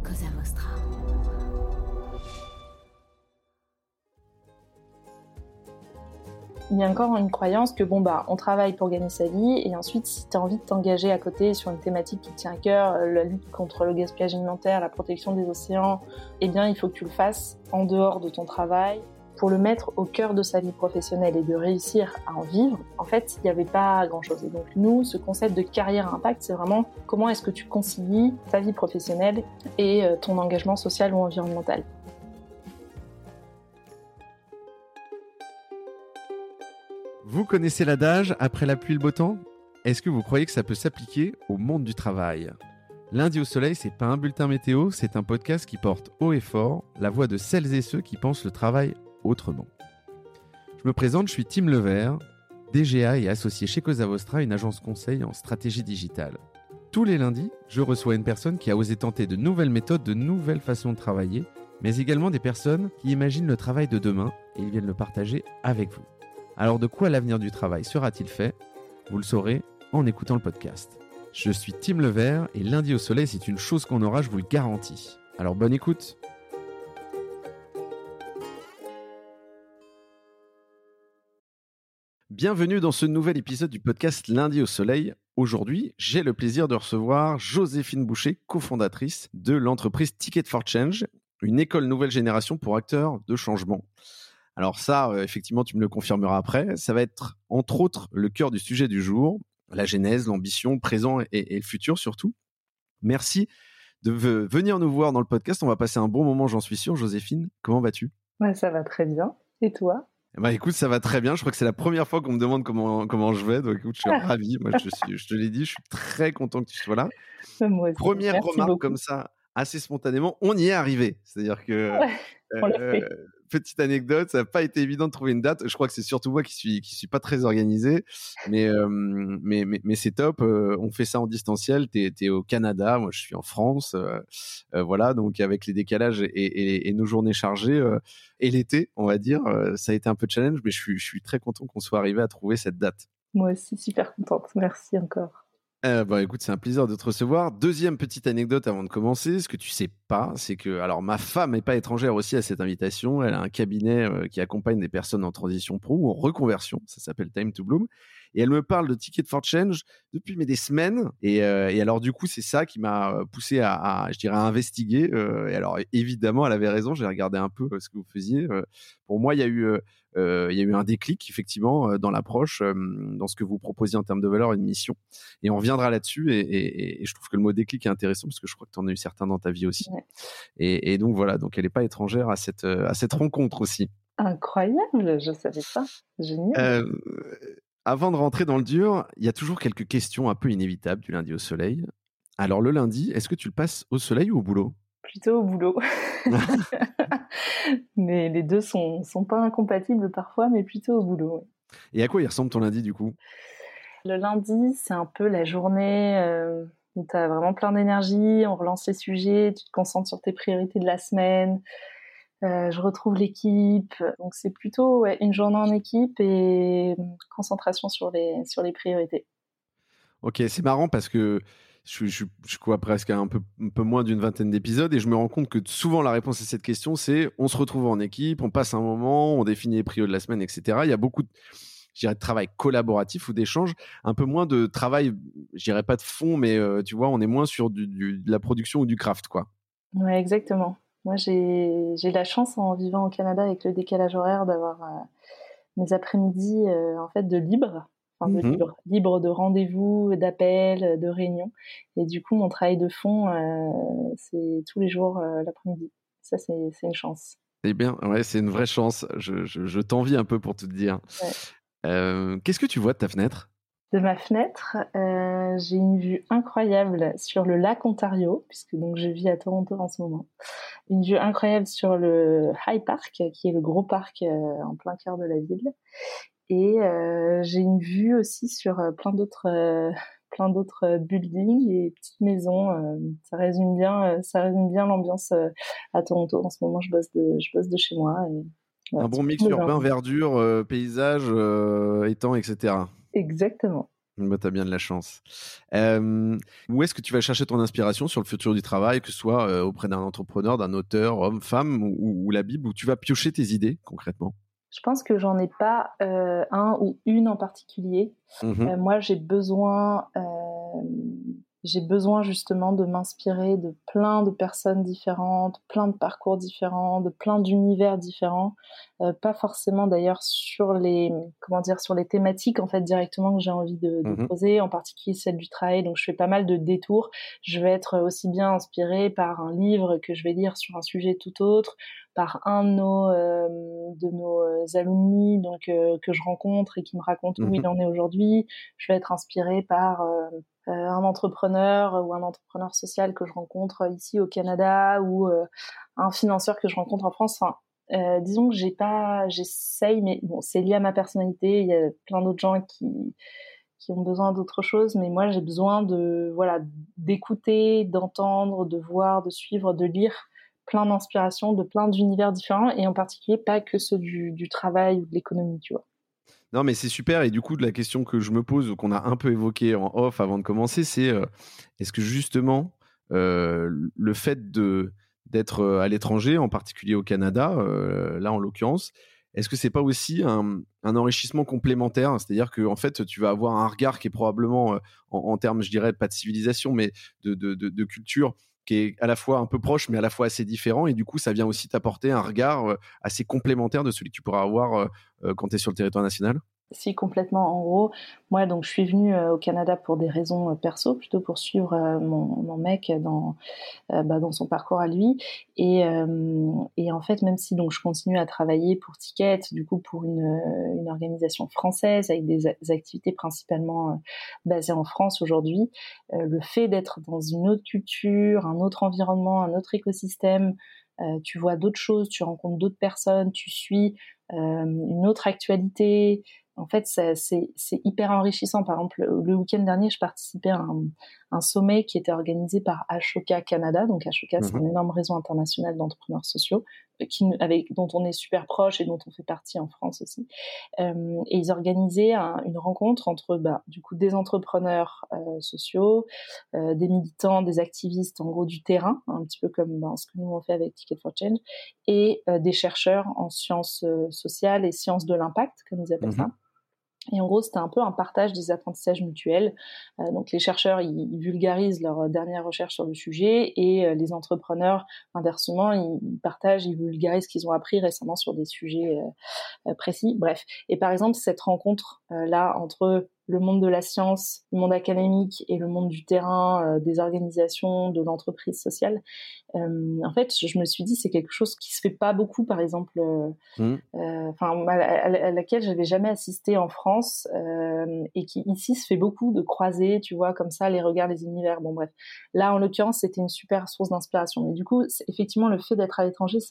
Cosa Vostra. Il y a encore une croyance que on travaille pour gagner sa vie et ensuite si tu as envie de t'engager à côté sur une thématique qui te tient à cœur, la lutte contre le gaspillage alimentaire, la protection des océans, il faut que tu le fasses en dehors de ton travail. Pour le mettre au cœur de sa vie professionnelle et de réussir à en vivre, en fait, il n'y avait pas grand-chose. Et donc nous, ce concept de carrière à impact, c'est vraiment comment est-ce que tu concilies ta vie professionnelle et ton engagement social ou environnemental. Vous connaissez l'adage « après la pluie le beau temps » ? Est-ce que vous croyez que ça peut s'appliquer au monde du travail ? Lundi au soleil, c'est pas un bulletin météo, c'est un podcast qui porte haut et fort la voix de celles et ceux qui pensent le travail autrement. Je me présente, je suis Tim Levert, DGA et associé chez Cosa Vostra, une agence conseil en stratégie digitale. Tous les lundis, je reçois une personne qui a osé tenter de nouvelles méthodes, de nouvelles façons de travailler, mais également des personnes qui imaginent le travail de demain et ils viennent le partager avec vous. Alors de quoi l'avenir du travail sera-t-il fait ? Vous le saurez en écoutant le podcast. Je suis Tim Levert et lundi au soleil, c'est une chose qu'on aura, je vous le garantis. Alors bonne écoute. Bienvenue dans ce nouvel épisode du podcast Lundi au soleil. Aujourd'hui, j'ai le plaisir de recevoir Joséphine Boucher, cofondatrice de l'entreprise Ticket for Change, une école nouvelle génération pour acteurs de changement. Alors ça, effectivement, tu me le confirmeras après. Ça va être, entre autres, le cœur du sujet du jour, la genèse, l'ambition, le présent et le futur surtout. Merci de venir nous voir dans le podcast. On va passer un bon moment, j'en suis sûr. Joséphine, comment vas-tu ? Ça va très bien. Et toi ? Écoute, ça va très bien. Je crois que c'est la première fois qu'on me demande comment je vais. Donc écoute, je suis ravi. Moi, je te l'ai dit, je suis très content que tu sois là. Moi aussi. Première Merci remarque beaucoup. comme ça, assez spontanément, on y est arrivé. C'est-à-dire que on l'a fait. Petite anecdote, ça n'a pas été évident de trouver une date. Je crois que c'est surtout moi qui suis pas très organisé, mais c'est top. On fait ça en distanciel. T'es au Canada, moi je suis en France. Voilà, donc avec les décalages et nos journées chargées et l'été, on va dire, ça a été un peu challenge, mais je suis très content qu'on soit arrivé à trouver cette date. Moi aussi, super contente. Merci encore. Écoute, c'est un plaisir de te recevoir. Deuxième petite anecdote avant de commencer. Ce que tu sais pas, c'est que, alors, ma femme n'est pas étrangère aussi à cette invitation. Elle a un cabinet qui accompagne des personnes en transition pro ou en reconversion. Ça s'appelle Time to Bloom. Et elle me parle de Ticket for Change depuis des semaines. Et alors, du coup, c'est ça qui m'a poussé à investiguer. Et alors, évidemment, elle avait raison. J'ai regardé un peu ce que vous faisiez. Pour moi, il y a eu un déclic, effectivement, dans l'approche, dans ce que vous proposiez en termes de valeur et de mission. Et on reviendra là-dessus. Et je trouve que le mot déclic est intéressant parce que je crois que tu en as eu certains dans ta vie aussi. Ouais. Et donc, voilà. Donc, elle n'est pas étrangère à cette rencontre aussi. Incroyable, je savais pas. Génial. Avant de rentrer dans le dur, il y a toujours quelques questions un peu inévitables du lundi au soleil. Alors, le lundi, est-ce que tu le passes au soleil ou au boulot ? Plutôt au boulot. Mais les deux sont pas incompatibles parfois, mais plutôt au boulot. Ouais. Et à quoi il ressemble ton lundi du coup ? Le lundi, c'est un peu la journée où tu as vraiment plein d'énergie, on relance les sujets, tu te concentres sur tes priorités de la semaine. Je retrouve l'équipe, donc c'est plutôt une journée en équipe et concentration sur les priorités. Ok, c'est marrant parce que je crois presque un peu moins d'une vingtaine d'épisodes et je me rends compte que souvent la réponse à cette question c'est on se retrouve en équipe, on passe un moment, on définit les prios de la semaine, etc. Il y a beaucoup de travail collaboratif ou d'échange, un peu moins de travail, je dirais pas de fond, mais tu vois, on est moins sur de la production ou du craft, quoi. Ouais, exactement. Moi, j'ai la chance en vivant au Canada avec le décalage horaire d'avoir mes après-midi en fait de libre. Enfin, libre de rendez-vous, d'appels, de réunions. Et du coup, mon travail de fond, c'est tous les jours l'après-midi. Ça, c'est une chance. C'est bien, ouais, c'est une vraie chance. Je t'envie un peu pour tout te dire. Ouais. Qu'est-ce que tu vois de ta fenêtre ? De ma fenêtre, j'ai une vue incroyable sur le lac Ontario, puisque donc je vis à Toronto en ce moment. Une vue incroyable sur le High Park, qui est le gros parc en plein cœur de la ville. Et j'ai une vue aussi sur plein d'autres buildings et petites maisons. Ça résume bien l'ambiance à Toronto. En ce moment, je bosse de chez moi. Et, un bon mix urbain, verdure, paysage, étang, etc. Exactement. Bah, t'as bien de la chance. Où est-ce que tu vas chercher ton inspiration sur le futur du travail, que ce soit auprès d'un entrepreneur, d'un auteur, homme, femme, ou la Bible, où tu vas piocher tes idées concrètement? Je pense que j'en ai pas un ou une en particulier. Mhm. Moi, j'ai besoin justement de m'inspirer de plein de personnes différentes, plein de parcours différents, de plein d'univers différents. Pas forcément d'ailleurs sur sur les thématiques en fait directement que j'ai envie de Mhm. poser, en particulier celle du travail. Donc je fais pas mal de détours. Je vais être aussi bien inspirée par un livre que je vais lire sur un sujet tout autre, par un de nos alumni que je rencontre et qui me raconte où il Mhm. en est aujourd'hui. Je vais être inspirée par un entrepreneur ou un entrepreneur social que je rencontre ici au Canada ou un financeur que je rencontre en France. Enfin, disons que j'essaye, mais bon, c'est lié à ma personnalité. Il y a plein d'autres gens qui ont besoin d'autre chose, mais moi j'ai besoin d'écouter, d'entendre, de voir, de suivre, de lire plein d'inspirations de plein d'univers différents et en particulier pas que ceux du travail ou de l'économie, tu vois. Non, mais c'est super. Et du coup, la question que je me pose, ou qu'on a un peu évoquée en off avant de commencer, c'est est-ce que justement, le fait d'être à l'étranger, en particulier au Canada, là en l'occurrence, est-ce que c'est pas aussi un enrichissement complémentaire? C'est-à-dire que en fait, tu vas avoir un regard qui est probablement, en termes, je dirais, pas de civilisation, mais de culture, qui est à la fois un peu proche, mais à la fois assez différent. Et du coup, ça vient aussi t'apporter un regard assez complémentaire de celui que tu pourras avoir quand tu es sur le territoire national? Si, complètement. En gros, moi, donc, je suis venue au Canada pour des raisons perso, plutôt pour suivre mon mec dans son parcours à lui. Et en fait, même si donc je continue à travailler pour Ticket, du coup pour une organisation française avec des activités principalement basées en France aujourd'hui, le fait d'être dans une autre culture, un autre environnement, un autre écosystème, tu vois d'autres choses, tu rencontres d'autres personnes, tu suis une autre actualité. En fait, c'est hyper enrichissant. Par exemple, le week-end dernier, je participais à un sommet qui était organisé par Ashoka Canada. Donc Ashoka, c'est un Mhm. énorme réseau international d'entrepreneurs sociaux dont on est super proche et dont on fait partie en France aussi. Et ils organisaient une rencontre entre du coup des entrepreneurs sociaux, des militants, des activistes, en gros du terrain, un petit peu comme ce que nous on fait avec Ticket for Change, et des chercheurs en sciences sociales et sciences de l'impact, comme ils appellent ça. Mhm. Et en gros, c'était un peu un partage des apprentissages mutuels. Donc les chercheurs, ils vulgarisent leurs dernières recherches sur le sujet et les entrepreneurs, inversement, ils partagent, ils vulgarisent ce qu'ils ont appris récemment sur des sujets précis. Bref. Et par exemple, cette rencontre là entre le monde de la science, le monde académique et le monde du terrain, des organisations, de l'entreprise sociale, en fait, je me suis dit, c'est quelque chose qui se fait pas beaucoup, par exemple, Mhm. à laquelle j'avais jamais assisté en France et qui ici se fait beaucoup de croiser, tu vois, comme ça, les regards, les univers. Bon, bref. Là, en l'occurrence, c'était une super source d'inspiration. Mais du coup, effectivement, le fait d'être à l'étranger,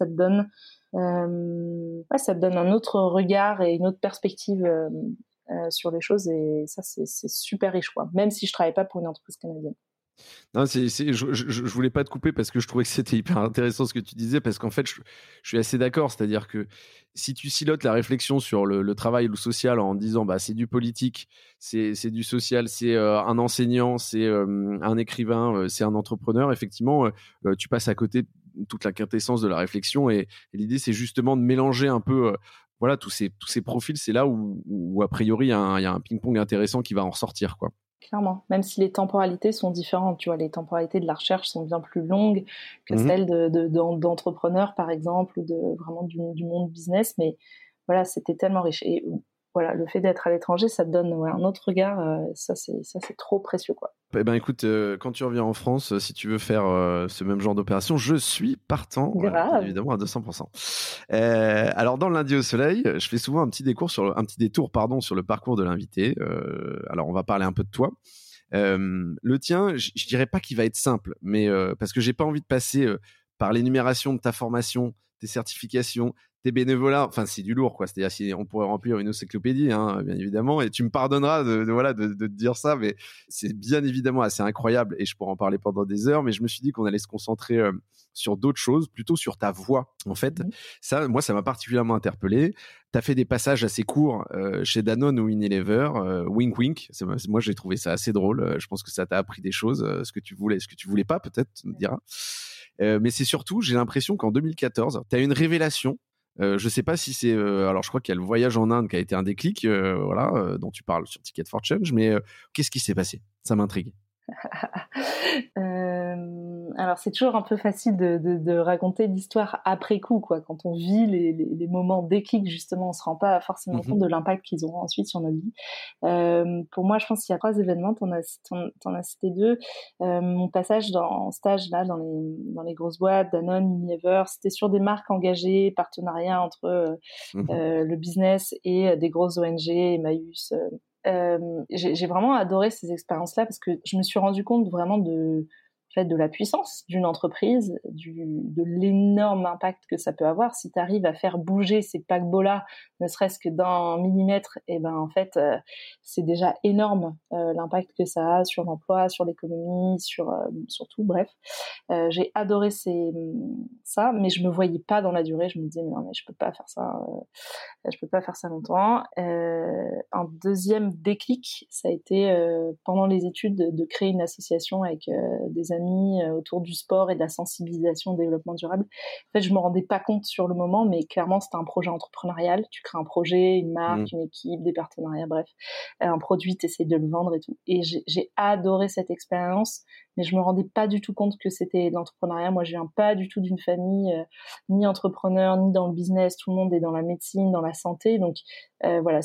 ça te donne un autre regard et une autre perspective sur les choses. Et ça, c'est super riche, quoi. Même si je travaille pas pour une entreprise canadienne. Non, je voulais pas te couper parce que je trouvais que c'était hyper intéressant ce que tu disais, parce qu'en fait, je suis assez d'accord. C'est-à-dire que si tu silotes la réflexion sur le travail ou le social en disant bah, c'est du politique, c'est du social, c'est un enseignant, c'est un écrivain, c'est un entrepreneur, effectivement, tu passes à côté de toute la quintessence de la réflexion. Et l'idée, c'est justement de mélanger un peu. Voilà, tous ces profils, c'est là où a priori, il y a un ping-pong intéressant qui va en ressortir, quoi. Clairement, même si les temporalités sont différentes, tu vois, les temporalités de la recherche sont bien plus longues que Mhm. celles d'entrepreneurs, par exemple, ou vraiment du monde business, mais voilà, c'était tellement riche. Et voilà, le fait d'être à l'étranger, ça te donne un autre regard, ça c'est trop précieux, quoi. Eh ben écoute, quand tu reviens en France, si tu veux faire ce même genre d'opération, je suis partant, bien Grave. évidemment à 200%. Alors dans le lundi au soleil, je fais souvent un petit détour pardon sur le parcours de l'invité. Alors on va parler un peu de toi. Le tien, je dirais pas qu'il va être simple, mais parce que j'ai pas envie de passer par l'énumération de ta formation, tes certifications, tes bénévolats, enfin c'est du lourd quoi, c'est-à-dire si on pourrait remplir une encyclopédie hein, bien évidemment, et tu me pardonneras de te dire ça, mais c'est bien évidemment assez incroyable et je pourrais en parler pendant des heures, mais je me suis dit qu'on allait se concentrer sur d'autres choses, plutôt sur ta voix en fait. Ça, moi ça m'a particulièrement interpellé. T'as fait des passages assez courts chez Danone ou Unilever, wink wink. Moi j'ai trouvé ça assez drôle, je pense que ça t'a appris des choses, ce que tu voulais pas peut-être, tu me diras. Mais c'est surtout, j'ai l'impression qu'en 2014, tu as une révélation. Je sais pas si c'est... alors, je crois qu'il y a le voyage en Inde qui a été un déclic, dont tu parles sur Ticket for Change, mais qu'est-ce qui s'est passé? Ça m'intrigue. Alors c'est toujours un peu facile de raconter l'histoire après coup, quoi. Quand on vit les moments déclics, justement, on se rend pas forcément compte de l'impact qu'ils auront ensuite sur notre vie. Pour moi, je pense qu'il y a 3 événements. T'en as cité 2. Mon passage en stage là dans les grosses boîtes, Danone, Unilever, c'était sur des marques engagées, partenariats entre le business et des grosses ONG, Emmaüs. J'ai vraiment adoré ces expériences-là parce que je me suis rendu compte vraiment de la puissance d'une entreprise, de l'énorme impact que ça peut avoir. Si tu arrives à faire bouger ces paquebots-là, ne serait-ce que d'un millimètre, et ben en fait, c'est déjà énorme l'impact que ça a sur l'emploi, sur l'économie, sur tout. Bref, j'ai adoré ça, mais je me voyais pas dans la durée. Je me disais non mais je peux pas faire ça. Je peux pas faire ça longtemps. Un deuxième déclic, ça a été pendant les études de créer une association avec des amis autour du sport et de la sensibilisation au développement durable. En fait, je me rendais pas compte sur le moment, mais clairement, c'était un projet entrepreneurial. Tu crées un projet, une marque, une équipe, des partenariats, bref, un produit, t'essayes de le vendre et tout. Et j'ai adoré cette expérience, mais je me rendais pas du tout compte que c'était de l'entrepreneuriat. Moi, je viens pas du tout d'une famille ni entrepreneur, ni dans le business. Tout le monde est dans la médecine, dans la santé. Donc, voilà,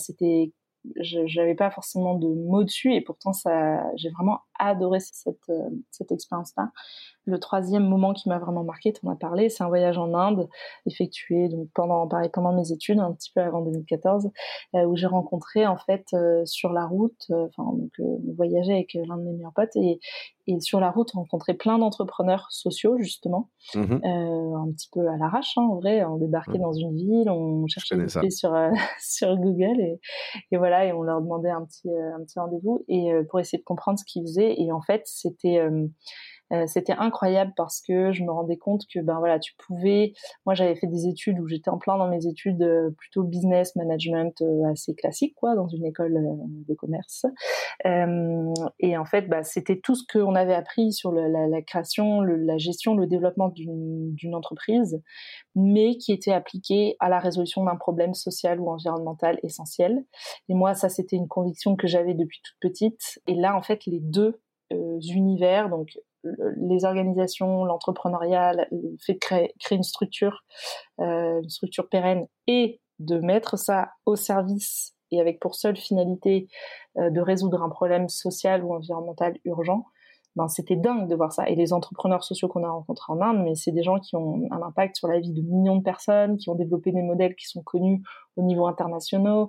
j'avais pas forcément de mots dessus et pourtant j'ai vraiment adoré cette expérience-là. Le troisième moment qui m'a vraiment marqué, tu en as parlé, c'est un voyage en Inde effectué donc pendant mes études, un petit peu avant 2014, où j'ai rencontré en fait sur la route, on voyageait avec l'un de mes meilleurs potes et sur la route on rencontrait plein d'entrepreneurs sociaux justement, un petit peu à l'arrache, hein, en vrai, on débarquait dans une ville, on cherchait des clés sur Google et voilà, et on leur demandait un petit rendez-vous et pour essayer de comprendre ce qu'ils faisaient. Et en fait, c'était incroyable parce que je me rendais compte que moi j'avais fait des études où j'étais en plein dans mes études plutôt business management assez classique quoi, dans une école de commerce, et en fait c'était tout ce qu'on avait appris sur la création, la gestion, le développement d'une entreprise, mais qui était appliqué à la résolution d'un problème social ou environnemental essentiel. Et moi ça c'était une conviction que j'avais depuis toute petite, et là en fait les deux univers, donc les organisations, l'entrepreneuriat, le fait de créer une structure pérenne et de mettre ça au service et avec pour seule finalité de résoudre un problème social ou environnemental urgent, c'était dingue de voir ça. Et les entrepreneurs sociaux qu'on a rencontrés en Inde, mais c'est des gens qui ont un impact sur la vie de millions de personnes, qui ont développé des modèles qui sont connus au niveau international,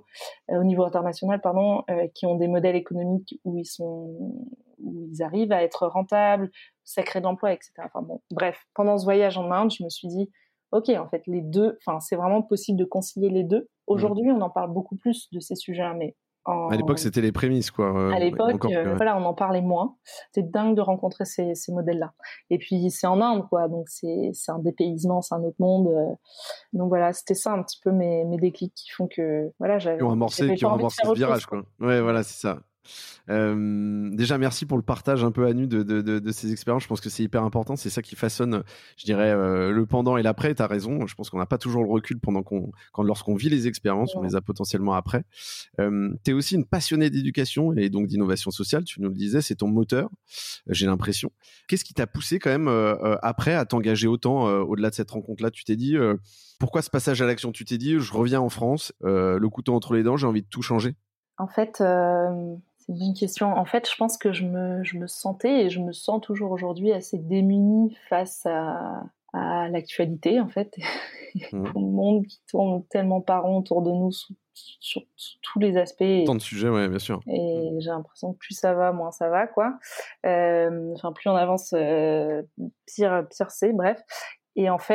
qui ont des modèles économiques où ils arrivent à être rentables, ça crée de l'emploi, etc. Enfin bon, bref, pendant ce voyage en Inde, je me suis dit, ok, en fait, les deux, c'est vraiment possible de concilier les deux. Aujourd'hui, on en parle beaucoup plus de ces sujets-là, mais à l'époque, c'était les prémices, quoi. À l'époque, on en parlait moins. C'était dingue de rencontrer ces modèles-là. Et puis, c'est en Inde, quoi. Donc, c'est un dépaysement, c'est un autre monde. Donc, voilà, c'était ça un petit peu mes déclics qui font que, voilà, qui ont amorcé ce virage, quoi. Ouais, voilà, c'est ça. Déjà merci pour le partage un peu à nu de ces expériences. Je pense que c'est hyper important, c'est ça qui façonne, je dirais, le pendant et l'après. T'as raison, je pense qu'on n'a pas toujours le recul lorsqu'on vit les expériences, on les a potentiellement après. T'es aussi une passionnée d'éducation et donc d'innovation sociale, tu nous le disais, c'est ton moteur, j'ai l'impression. Qu'est-ce qui t'a poussé quand même après à t'engager autant au-delà de cette rencontre-là? Tu t'es dit pourquoi ce passage à l'action? Tu t'es dit je reviens en France, le couteau entre les dents, j'ai envie de tout changer? En fait, c'est une bonne question. En fait, je pense que je me sentais et je me sens toujours aujourd'hui assez démunie face à l'actualité, en fait. Le monde qui tourne tellement par rond autour de nous sur tous les aspects. Tant de sujets, ouais, bien sûr. Et j'ai l'impression que plus ça va, moins ça va, quoi. Plus on avance, pire c'est, bref. Et en fait,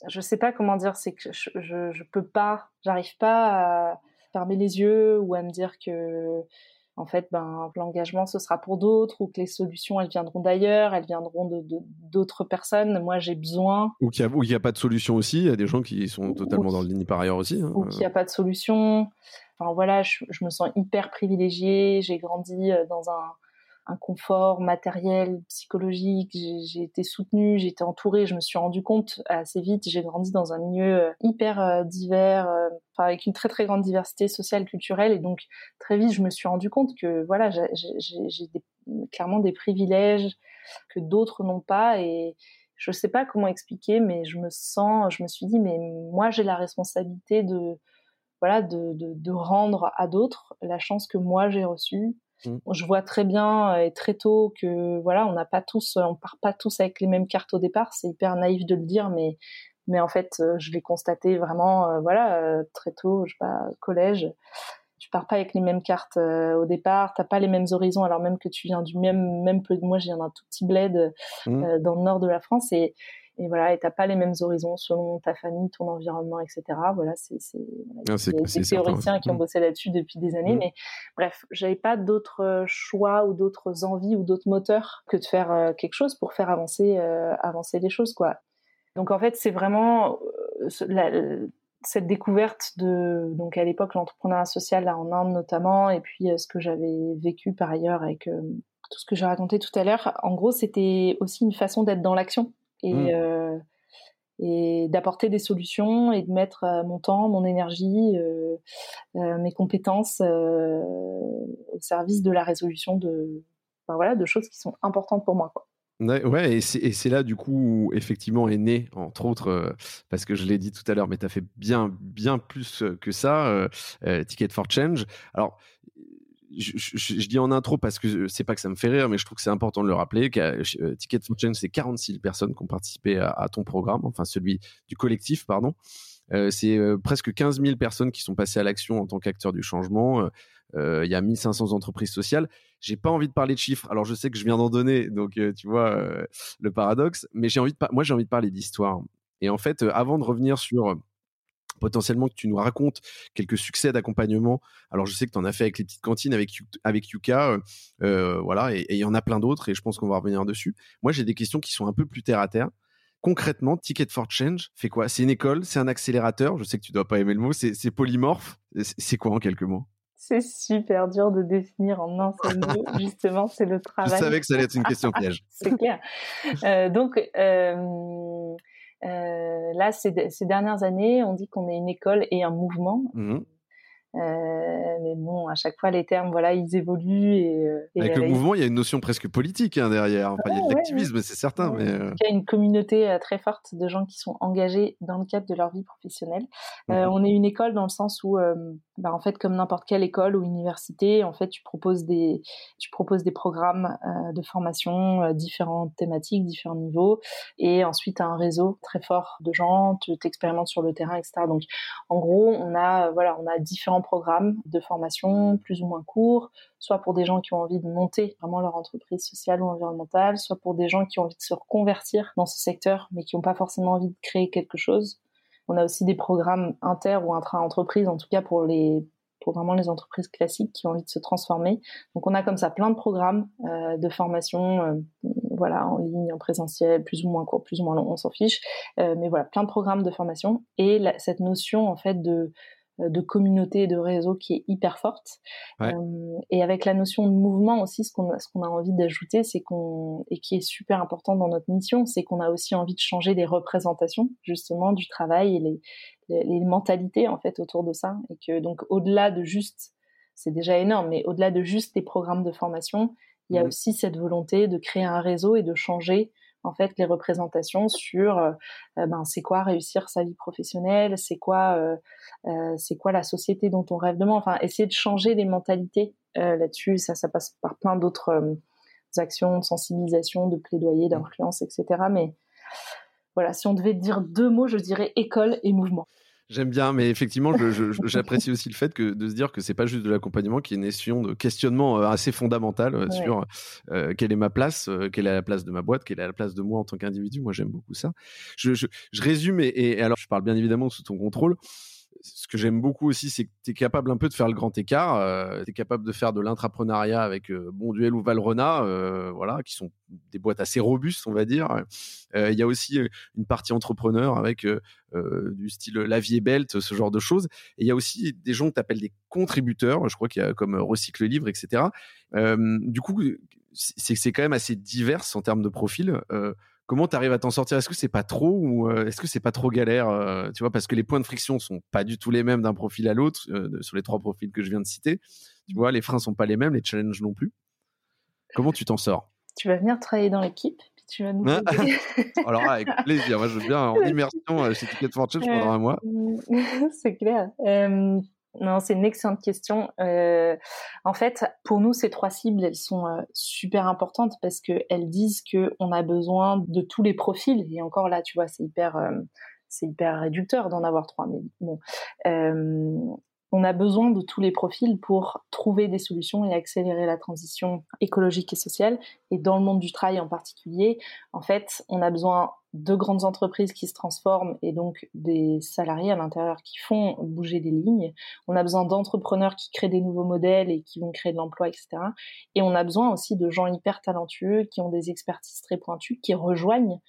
je sais pas comment dire, c'est que je peux pas, j'arrive pas à fermer les yeux ou à me dire que en fait, l'engagement ce sera pour d'autres ou que les solutions elles viendront d'ailleurs, elles viendront de d'autres personnes. Moi, j'ai besoin Ou qu'il y a pas de solution aussi. Il y a des gens qui sont ou totalement dans le déni par ailleurs aussi. Hein. ou qu'il y a pas de solution. Enfin voilà, je me sens hyper privilégiée. J'ai grandi dans un confort matériel, psychologique. J'ai été soutenue, j'ai été entourée. Je me suis rendu compte assez vite. J'ai grandi dans un milieu hyper divers, avec une très très grande diversité sociale, culturelle, et donc très vite je me suis rendu compte que voilà, clairement des privilèges que d'autres n'ont pas, et je sais pas comment expliquer, mais je me suis dit, mais moi j'ai la responsabilité de voilà de rendre à d'autres la chance que moi j'ai reçue. Je vois très bien et très tôt que voilà, on part pas tous avec les mêmes cartes au départ. C'est hyper naïf de le dire, mais en fait, je l'ai constaté vraiment, très tôt, je sais pas, collège. Tu pars pas avec les mêmes cartes au départ. T'as pas les mêmes horizons, alors même que tu viens du même peu. Moi, je viens d'un tout petit bled dans le nord de la France, et voilà, et t'as pas les mêmes horizons selon ta famille, ton environnement, etc. Voilà, Ah, il y a des théoriciens qui ont bossé là-dessus depuis des années, mais bref, j'avais pas d'autres choix ou d'autres envies ou d'autres moteurs que de faire quelque chose pour faire avancer les choses, quoi. Donc en fait, c'est vraiment cette découverte donc à l'époque l'entrepreneuriat social là en Inde notamment, et puis ce que j'avais vécu par ailleurs avec tout ce que j'ai raconté tout à l'heure. En gros, c'était aussi une façon d'être dans l'action et d'apporter des solutions et de mettre mon temps, mon énergie, mes compétences au service de la résolution de choses qui sont importantes pour moi, quoi. Ouais, et c'est là du coup où effectivement est né, entre autres, parce que je l'ai dit tout à l'heure, mais tu as fait bien plus que ça, Ticket for Change. Alors, je dis en intro parce que c'est pas que ça me fait rire, mais je trouve que c'est important de le rappeler. Ticket for Change, c'est 46 personnes qui ont participé à ton programme, enfin celui du collectif, pardon. C'est presque 15 000 personnes qui sont passées à l'action en tant qu'acteurs du changement. Il y a 1500 entreprises sociales. J'ai pas envie de parler de chiffres. Alors, je sais que je viens d'en donner, donc tu vois le paradoxe. Mais moi, j'ai envie de parler d'histoire. Et en fait, avant de revenir sur potentiellement que tu nous racontes quelques succès d'accompagnement. Alors, je sais que tu en as fait avec les petites cantines, avec Yuka, voilà, et il y en a plein d'autres, et je pense qu'on va revenir dessus. Moi, j'ai des questions qui sont un peu plus terre à terre. Concrètement, Ticket for Change fait quoi? C'est une école, c'est un accélérateur. Je sais que tu dois pas aimer le mot. C'est polymorphe. C'est quoi en quelques mots? C'est super dur de définir en un seul mot. Justement, c'est le Je travail. savais que ça allait être une question piège. C'est clair. Donc, là, ces dernières années, on dit qu'on est une école et un mouvement. Mais bon, à chaque fois, les termes, voilà, ils évoluent. Avec le mouvement, il y a une notion presque politique derrière. Enfin, il y a de l'activisme, c'est certain. Ouais. Mais Il y a une communauté très forte de gens qui sont engagés dans le cadre de leur vie professionnelle. On est une école dans le sens où, en fait, comme n'importe quelle école ou université, en fait, tu proposes des programmes de formation, différentes thématiques, différents niveaux, et ensuite un réseau très fort de gens, tu t'expérimentes sur le terrain, etc. Donc, en gros, on a différents programmes de formation plus ou moins courts, soit pour des gens qui ont envie de monter vraiment leur entreprise sociale ou environnementale, soit pour des gens qui ont envie de se reconvertir dans ce secteur, mais qui n'ont pas forcément envie de créer quelque chose. On a aussi des programmes inter ou intra-entreprises, en tout cas pour vraiment les entreprises classiques qui ont envie de se transformer. Donc on a comme ça plein de programmes de formation, en ligne, en présentiel, plus ou moins court, plus ou moins long, on s'en fiche. Mais voilà, plein de programmes de formation. Et cette notion en fait de communauté et de réseau qui est hyper forte. Ouais. Et avec la notion de mouvement aussi, ce qu'on a envie d'ajouter, et qui est super important dans notre mission, c'est qu'on a aussi envie de changer les représentations justement du travail et les mentalités en fait autour de ça. Et que donc au-delà de juste, c'est déjà énorme, mais au-delà de juste les programmes de formation, il y a aussi cette volonté de créer un réseau et de changer en fait les représentations sur c'est quoi réussir sa vie professionnelle, c'est quoi la société dont on rêve demain, enfin essayer de changer les mentalités là-dessus. Ça passe par plein d'autres actions de sensibilisation, de plaidoyer, d'influence, etc. Mais voilà, si on devait dire deux mots, je dirais école et mouvement. J'aime bien, mais effectivement, j'apprécie aussi le fait de se dire que c'est pas juste de l'accompagnement, qu'il y a une notion de questionnement assez fondamental Ouais. sur quelle est ma place, quelle est la place de ma boîte, quelle est la place de moi en tant qu'individu. Moi, j'aime beaucoup ça. Je résume et alors je parle bien évidemment sous ton contrôle. Ce que j'aime beaucoup aussi, c'est que tu es capable un peu de faire le grand écart. Tu es capable de faire de l'intrapreneuriat avec Bonduel ou Valrhona, voilà, qui sont des boîtes assez robustes, on va dire. Il y a aussi une partie entrepreneur avec du style La Vie est Belt, ce genre de choses. Et il y a aussi des gens que tu appelles des contributeurs. Je crois qu'il y a comme Recycle Livre, etc. Du coup, c'est quand même assez divers en termes de profil. Comment tu arrives à t'en sortir? Est-ce que c'est pas trop ou est-ce que c'est pas trop galère, tu vois, parce que les points de friction sont pas du tout les mêmes d'un profil à l'autre sur les 3 profils que je viens de citer. Tu vois, les freins sont pas les mêmes, les challenges non plus. Comment tu t'en sors? Tu vas venir travailler dans l'équipe, puis tu vas nous Hein? aider. Alors là, avec plaisir. Moi, je veux bien en immersion chez Ticket for Change pendant un mois. C'est clair. Non, c'est une excellente question. En fait, pour nous, ces 3 cibles, elles sont super importantes parce que elles disent que on a besoin de tous les profils. Et encore là, tu vois, c'est hyper réducteur d'en avoir 3. Mais bon, on a besoin de tous les profils pour trouver des solutions et accélérer la transition écologique et sociale. Et dans le monde du travail en particulier, en fait, on a besoin de grandes entreprises qui se transforment et donc des salariés à l'intérieur qui font bouger des lignes. On a besoin d'entrepreneurs qui créent des nouveaux modèles et qui vont créer de l'emploi, etc. Et on a besoin aussi de gens hyper talentueux qui ont des expertises très pointues, qui rejoignent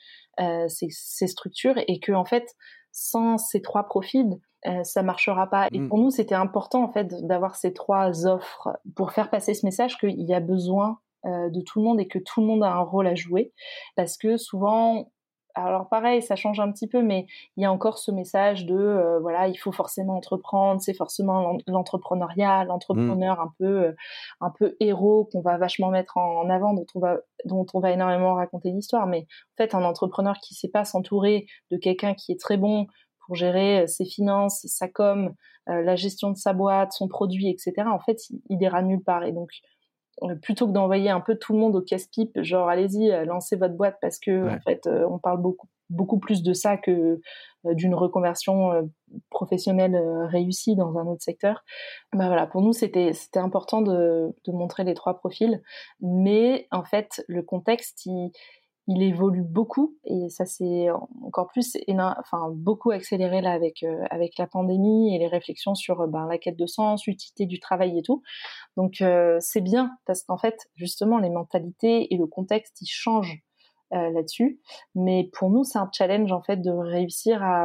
ces structures et que, en fait, sans ces 3 profils, ça marchera pas. Et pour nous, c'était important, en fait, d'avoir ces 3 offres pour faire passer ce message qu'il y a besoin de tout le monde et que tout le monde a un rôle à jouer. Parce que souvent, alors pareil, ça change un petit peu, mais il y a encore ce message de voilà, il faut forcément entreprendre, c'est forcément l'entrepreneuriat, l'entrepreneur un peu héros qu'on va vachement mettre en avant, dont on va énormément raconter l'histoire. Mais en fait, un entrepreneur qui sait pas s'entourer de quelqu'un qui est très bon pour gérer ses finances, sa com, la gestion de sa boîte, son produit, etc. En fait, il ira nulle part. Et donc plutôt que d'envoyer un peu tout le monde au casse-pipe, genre allez-y, lancez votre boîte parce que en fait, on parle beaucoup plus de ça que d'une reconversion professionnelle réussie dans un autre secteur. Bah voilà, pour nous c'était important de montrer les 3 profils, mais en fait le contexte il évolue beaucoup et ça s'est encore plus beaucoup accéléré là avec la pandémie et les réflexions sur la quête de sens, l'utilité du travail et tout. Donc c'est bien parce qu'en fait justement les mentalités et le contexte ils changent là-dessus. Mais pour nous c'est un challenge en fait de réussir à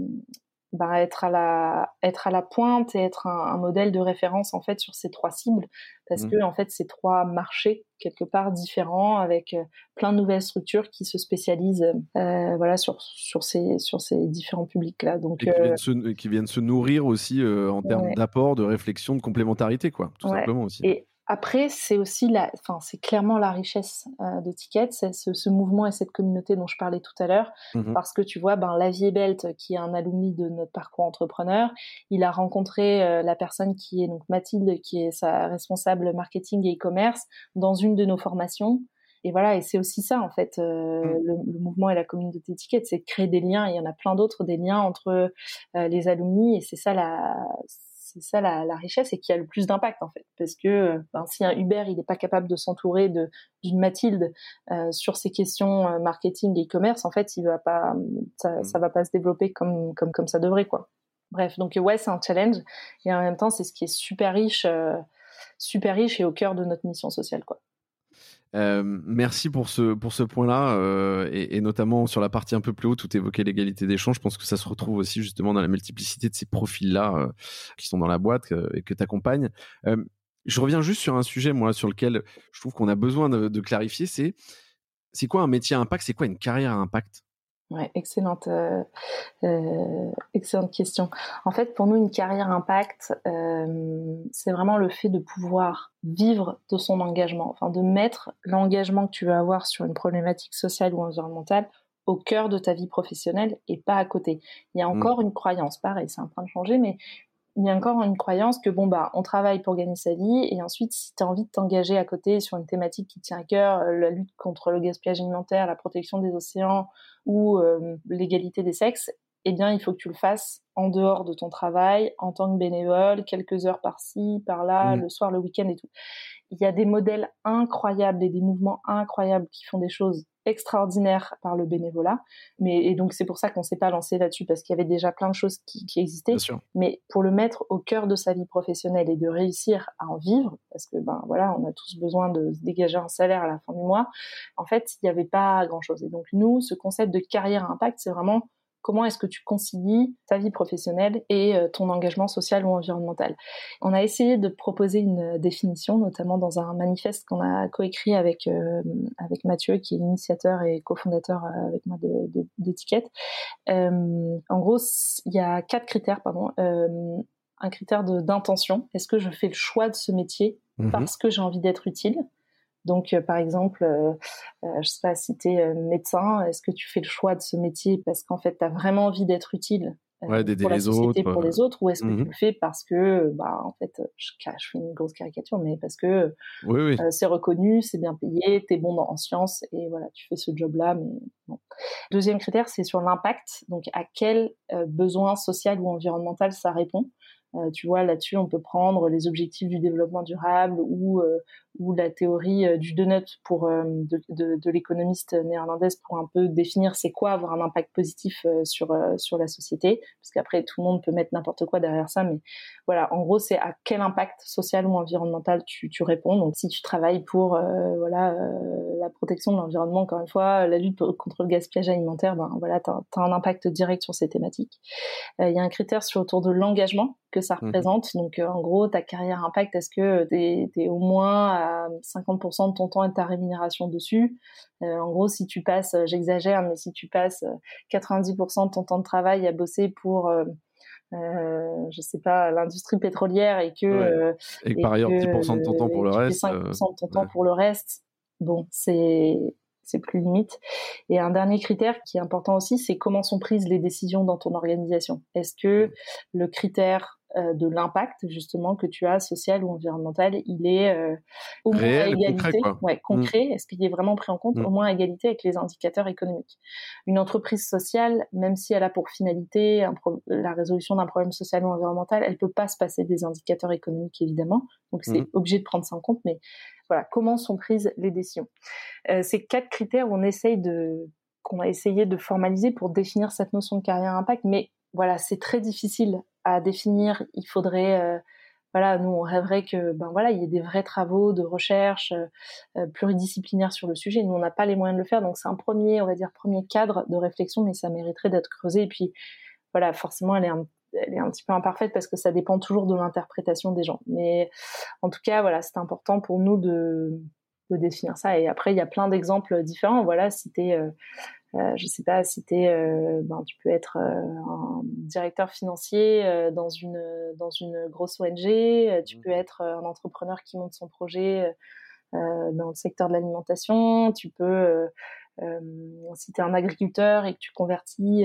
être à la pointe et être un modèle de référence en fait sur ces 3 cibles parce que en fait c'est 3 marchés quelque part différents avec plein de nouvelles structures qui se spécialisent voilà sur ces différents publics là. Donc Et qui viennent se nourrir aussi en termes d'apport, de réflexion, de complémentarité, quoi, tout simplement aussi. Et après, c'est aussi c'est clairement la richesse de Ticket, c'est ce mouvement et cette communauté dont je parlais tout à l'heure, parce que tu vois, La Vie est Belt, qui est un alumni de notre parcours entrepreneur, il a rencontré la personne qui est donc Mathilde, qui est sa responsable marketing et e-commerce, dans une de nos formations. Et voilà, et c'est aussi ça en fait, le mouvement et la communauté Ticket, c'est de créer des liens. Et il y en a plein d'autres, des liens entre les alumni, et c'est ça la richesse et qui a le plus d'impact en fait, parce que si un Uber il n'est pas capable de s'entourer d'une Mathilde sur ces questions marketing et e-commerce, en fait il va pas ça va pas se développer comme ça devrait, quoi. Bref, donc c'est un challenge et en même temps c'est ce qui est super riche et au cœur de notre mission sociale, quoi. Merci pour ce point-là et notamment sur la partie un peu plus haute où tu évoquais l'égalité des chances. Je pense que ça se retrouve aussi justement dans la multiplicité de ces profils-là qui sont dans la boîte et que tu accompagnes. Je reviens juste sur un sujet, moi, sur lequel je trouve qu'on a besoin de clarifier, c'est quoi un métier à impact? C'est quoi une carrière à impact? Ouais, excellente question. En fait, pour nous, une carrière impact, c'est vraiment le fait de pouvoir vivre de son engagement, enfin de mettre l'engagement que tu veux avoir sur une problématique sociale ou environnementale au cœur de ta vie professionnelle et pas à côté. Il y a encore une croyance, pareil, c'est en train de changer, mais il y a encore une croyance que on travaille pour gagner sa vie et ensuite si tu as envie de t'engager à côté sur une thématique qui te tient à cœur, la lutte contre le gaspillage alimentaire, la protection des océans ou l'égalité des sexes, eh bien, il faut que tu le fasses en dehors de ton travail, en tant que bénévole, quelques heures par-ci, par-là, le soir, le week-end et tout. Il y a des modèles incroyables et des mouvements incroyables qui font des choses extraordinaires par le bénévolat. Et donc, c'est pour ça qu'on ne s'est pas lancé là-dessus, parce qu'il y avait déjà plein de choses qui existaient. Bien sûr. Mais pour le mettre au cœur de sa vie professionnelle et de réussir à en vivre, parce que, on a tous besoin de se dégager un salaire à la fin du mois, en fait, il n'y avait pas grand-chose. Et donc, nous, ce concept de carrière à impact, c'est vraiment comment est-ce que tu concilies ta vie professionnelle et ton engagement social ou environnemental. On a essayé de proposer une définition, notamment dans un manifeste qu'on a coécrit avec Mathieu, qui est l'initiateur et cofondateur avec moi de Ticket. En gros, il y a 4 critères, un critère d'intention. Est-ce que je fais le choix de ce métier parce que j'ai envie d'être utile ? Donc, par exemple, je sais pas, si tu es médecin, est-ce que tu fais le choix de ce métier parce qu'en fait, tu as vraiment envie d'être utile d'aider pour la les société, autres, pour les autres, ou est-ce que tu le fais parce que, en fait, je fais une grosse caricature, mais parce que c'est reconnu, c'est bien payé, tu es bon en sciences, et voilà, tu fais ce job-là, mais bon. Deuxième critère, c'est sur l'impact, donc à quel besoin social ou environnemental ça répond. Tu vois, là-dessus, on peut prendre les objectifs du développement durable ou la théorie du donut de l'économiste néerlandaise pour un peu définir c'est quoi avoir un impact positif sur la société. Parce qu'après, tout le monde peut mettre n'importe quoi derrière ça. Mais voilà, en gros, c'est à quel impact social ou environnemental tu réponds. Donc, si tu travailles pour la protection de l'environnement, encore une fois, la lutte contre le gaspillage alimentaire, t'as un impact direct sur ces thématiques. Il y a un critère autour de l'engagement que ça représente. Donc, en gros, ta carrière impact, est-ce que t'es au moins à 50% de ton temps et de ta rémunération dessus ? En gros, si tu passes, j'exagère, mais si tu passes 90% de ton temps de travail à bosser pour, je sais pas, l'industrie pétrolière et que par ailleurs 10% de ton temps pour le reste, tu fais 5% de ton temps pour le reste, bon, c'est plus limite. Et un dernier critère qui est important aussi, c'est comment sont prises les décisions dans ton organisation. Est-ce que le critère de l'impact, justement, que tu as, social ou environnemental, il est au moins à égalité, concret, est-ce qu'il est vraiment pris en compte, au moins à égalité avec les indicateurs économiques. Une entreprise sociale, même si elle a pour finalité la résolution d'un problème social ou environnemental, elle peut pas se passer des indicateurs économiques, évidemment, donc c'est obligé de prendre ça en compte, mais voilà, comment sont prises les décisions. Ces 4 critères, qu'on a essayé de formaliser pour définir cette notion de carrière impact, mais voilà, c'est très difficile à définir. Il faudrait, nous on rêverait que, il y ait des vrais travaux de recherche pluridisciplinaires sur le sujet. Nous on n'a pas les moyens de le faire, donc c'est un premier cadre de réflexion, mais ça mériterait d'être creusé. Et puis voilà, forcément elle est un petit peu imparfaite parce que ça dépend toujours de l'interprétation des gens. Mais en tout cas, voilà, c'est important pour nous de définir ça. Et après, il y a plein d'exemples différents. Voilà, si t'es, je sais pas, si tu peux être un directeur financier dans une grosse ONG. Tu peux être un entrepreneur qui monte son projet dans le secteur de l'alimentation. Tu peux si tu es un agriculteur et que tu convertis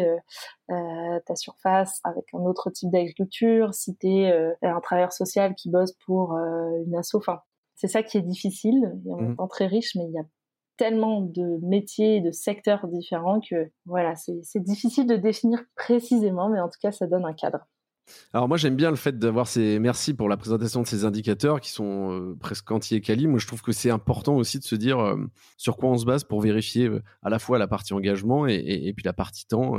ta surface avec un autre type d'agriculture, si tu es un travailleur social qui bosse pour une asso, c'est ça qui est difficile et en même temps très riche, mais il y a tellement de métiers et de secteurs différents que voilà, c'est difficile de définir précisément, mais en tout cas ça donne un cadre. Alors moi j'aime bien le fait d'avoir merci pour la présentation de ces indicateurs qui sont presque quanti et quali. Moi je trouve que c'est important aussi de se dire sur quoi on se base pour vérifier à la fois la partie engagement et puis la partie temps.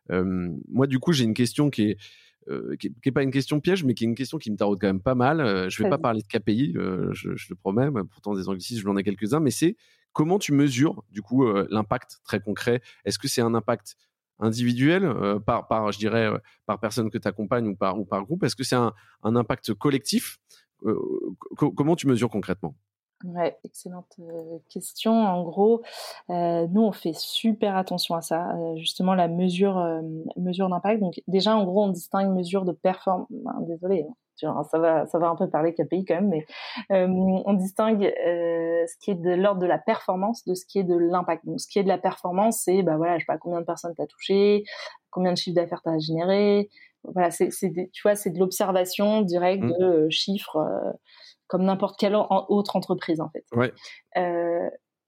Moi du coup j'ai une question qui est pas une question piège, mais qui est une question qui me taraude quand même pas mal. Je vais pas parler de KPI, je le promets, pourtant des anglicismes je l'en ai quelques-uns, mais c'est comment tu mesures du coup l'impact très concret. Est-ce que c'est un impact individuel par je dirais par personne que tu accompagnes ou par groupe? Est-ce que c'est un impact collectif? Comment tu mesures concrètement? Ouais, excellente question. En gros, nous on fait super attention à ça, justement la mesure d'impact. Donc déjà en gros on distingue mesure de performance. Désolée, ça va un peu parler KPI quand même, mais on distingue ce qui est de l'ordre de la performance de ce qui est de l'impact. Donc ce qui est de la performance, c'est je sais pas combien de personnes t'as touché, combien de chiffre d'affaires t'as généré. Voilà, tu vois, c'est de l'observation directe de chiffres. Comme n'importe quelle autre entreprise en fait. Ouais.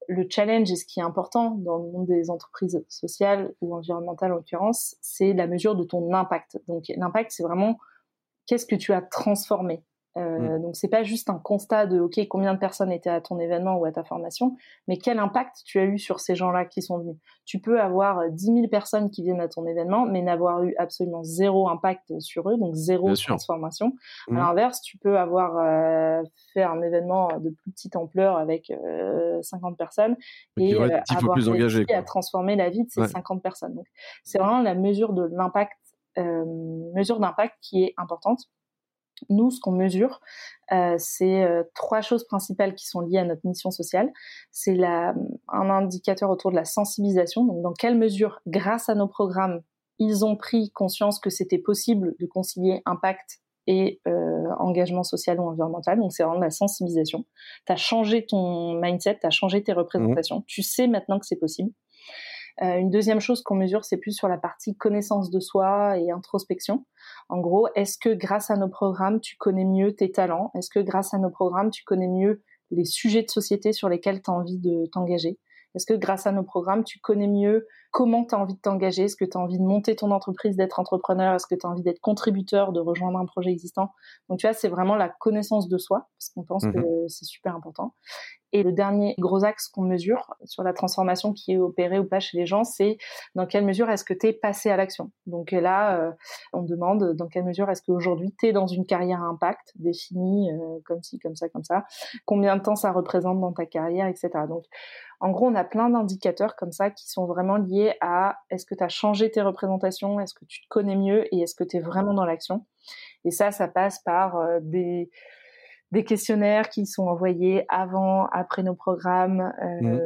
le challenge et ce qui est important dans le monde des entreprises sociales ou environnementales en l'occurrence, c'est la mesure de ton impact. Donc l'impact, c'est vraiment qu'est-ce que tu as transformé. Donc c'est pas juste un constat de ok, combien de personnes étaient à ton événement ou à ta formation, mais quel impact tu as eu sur ces gens-là qui sont venus. Tu peux avoir 10 000 personnes qui viennent à ton événement mais n'avoir eu absolument zéro impact sur eux, donc zéro transformation. À l'inverse, tu peux avoir fait un événement de plus petite ampleur avec 50 personnes et avoir réussi à transformer la vie de ces 50 personnes. Donc c'est vraiment la mesure de l'impact, mesure d'impact qui est importante. Nous, ce qu'on mesure, c'est 3 choses principales qui sont liées à notre mission sociale. C'est un indicateur autour de la sensibilisation. Donc, dans quelle mesure, grâce à nos programmes, ils ont pris conscience que c'était possible de concilier impact et engagement social ou environnemental. Donc, c'est vraiment de la sensibilisation. Tu as changé ton mindset, tu as changé tes représentations. Tu sais maintenant que c'est possible. Une deuxième chose qu'on mesure, c'est plus sur la partie connaissance de soi et introspection. En gros, est-ce que grâce à nos programmes, tu connais mieux tes talents? Est-ce que grâce à nos programmes, tu connais mieux les sujets de société sur lesquels tu as envie de t'engager? Est-ce que grâce à nos programmes, tu connais mieux comment tu as envie de t'engager? Est-ce que tu as envie de monter ton entreprise, d'être entrepreneur? Est-ce que tu as envie d'être contributeur, de rejoindre un projet existant? Donc tu vois, c'est vraiment la connaissance de soi, parce qu'on pense que c'est super important. Et le dernier gros axe qu'on mesure sur la transformation qui est opérée ou pas chez les gens, c'est dans quelle mesure est-ce que tu es passé à l'action. Donc là, on demande dans quelle mesure est-ce qu'aujourd'hui tu es dans une carrière à impact définie comme ci, comme ça, comme ça. Combien de temps ça représente dans ta carrière, etc. Donc en gros, on a plein d'indicateurs comme ça qui sont vraiment liés à est-ce que tu as changé tes représentations, est-ce que tu te connais mieux et est-ce que tu es vraiment dans l'action. Et ça passe par des questionnaires qui sont envoyés avant, après nos programmes.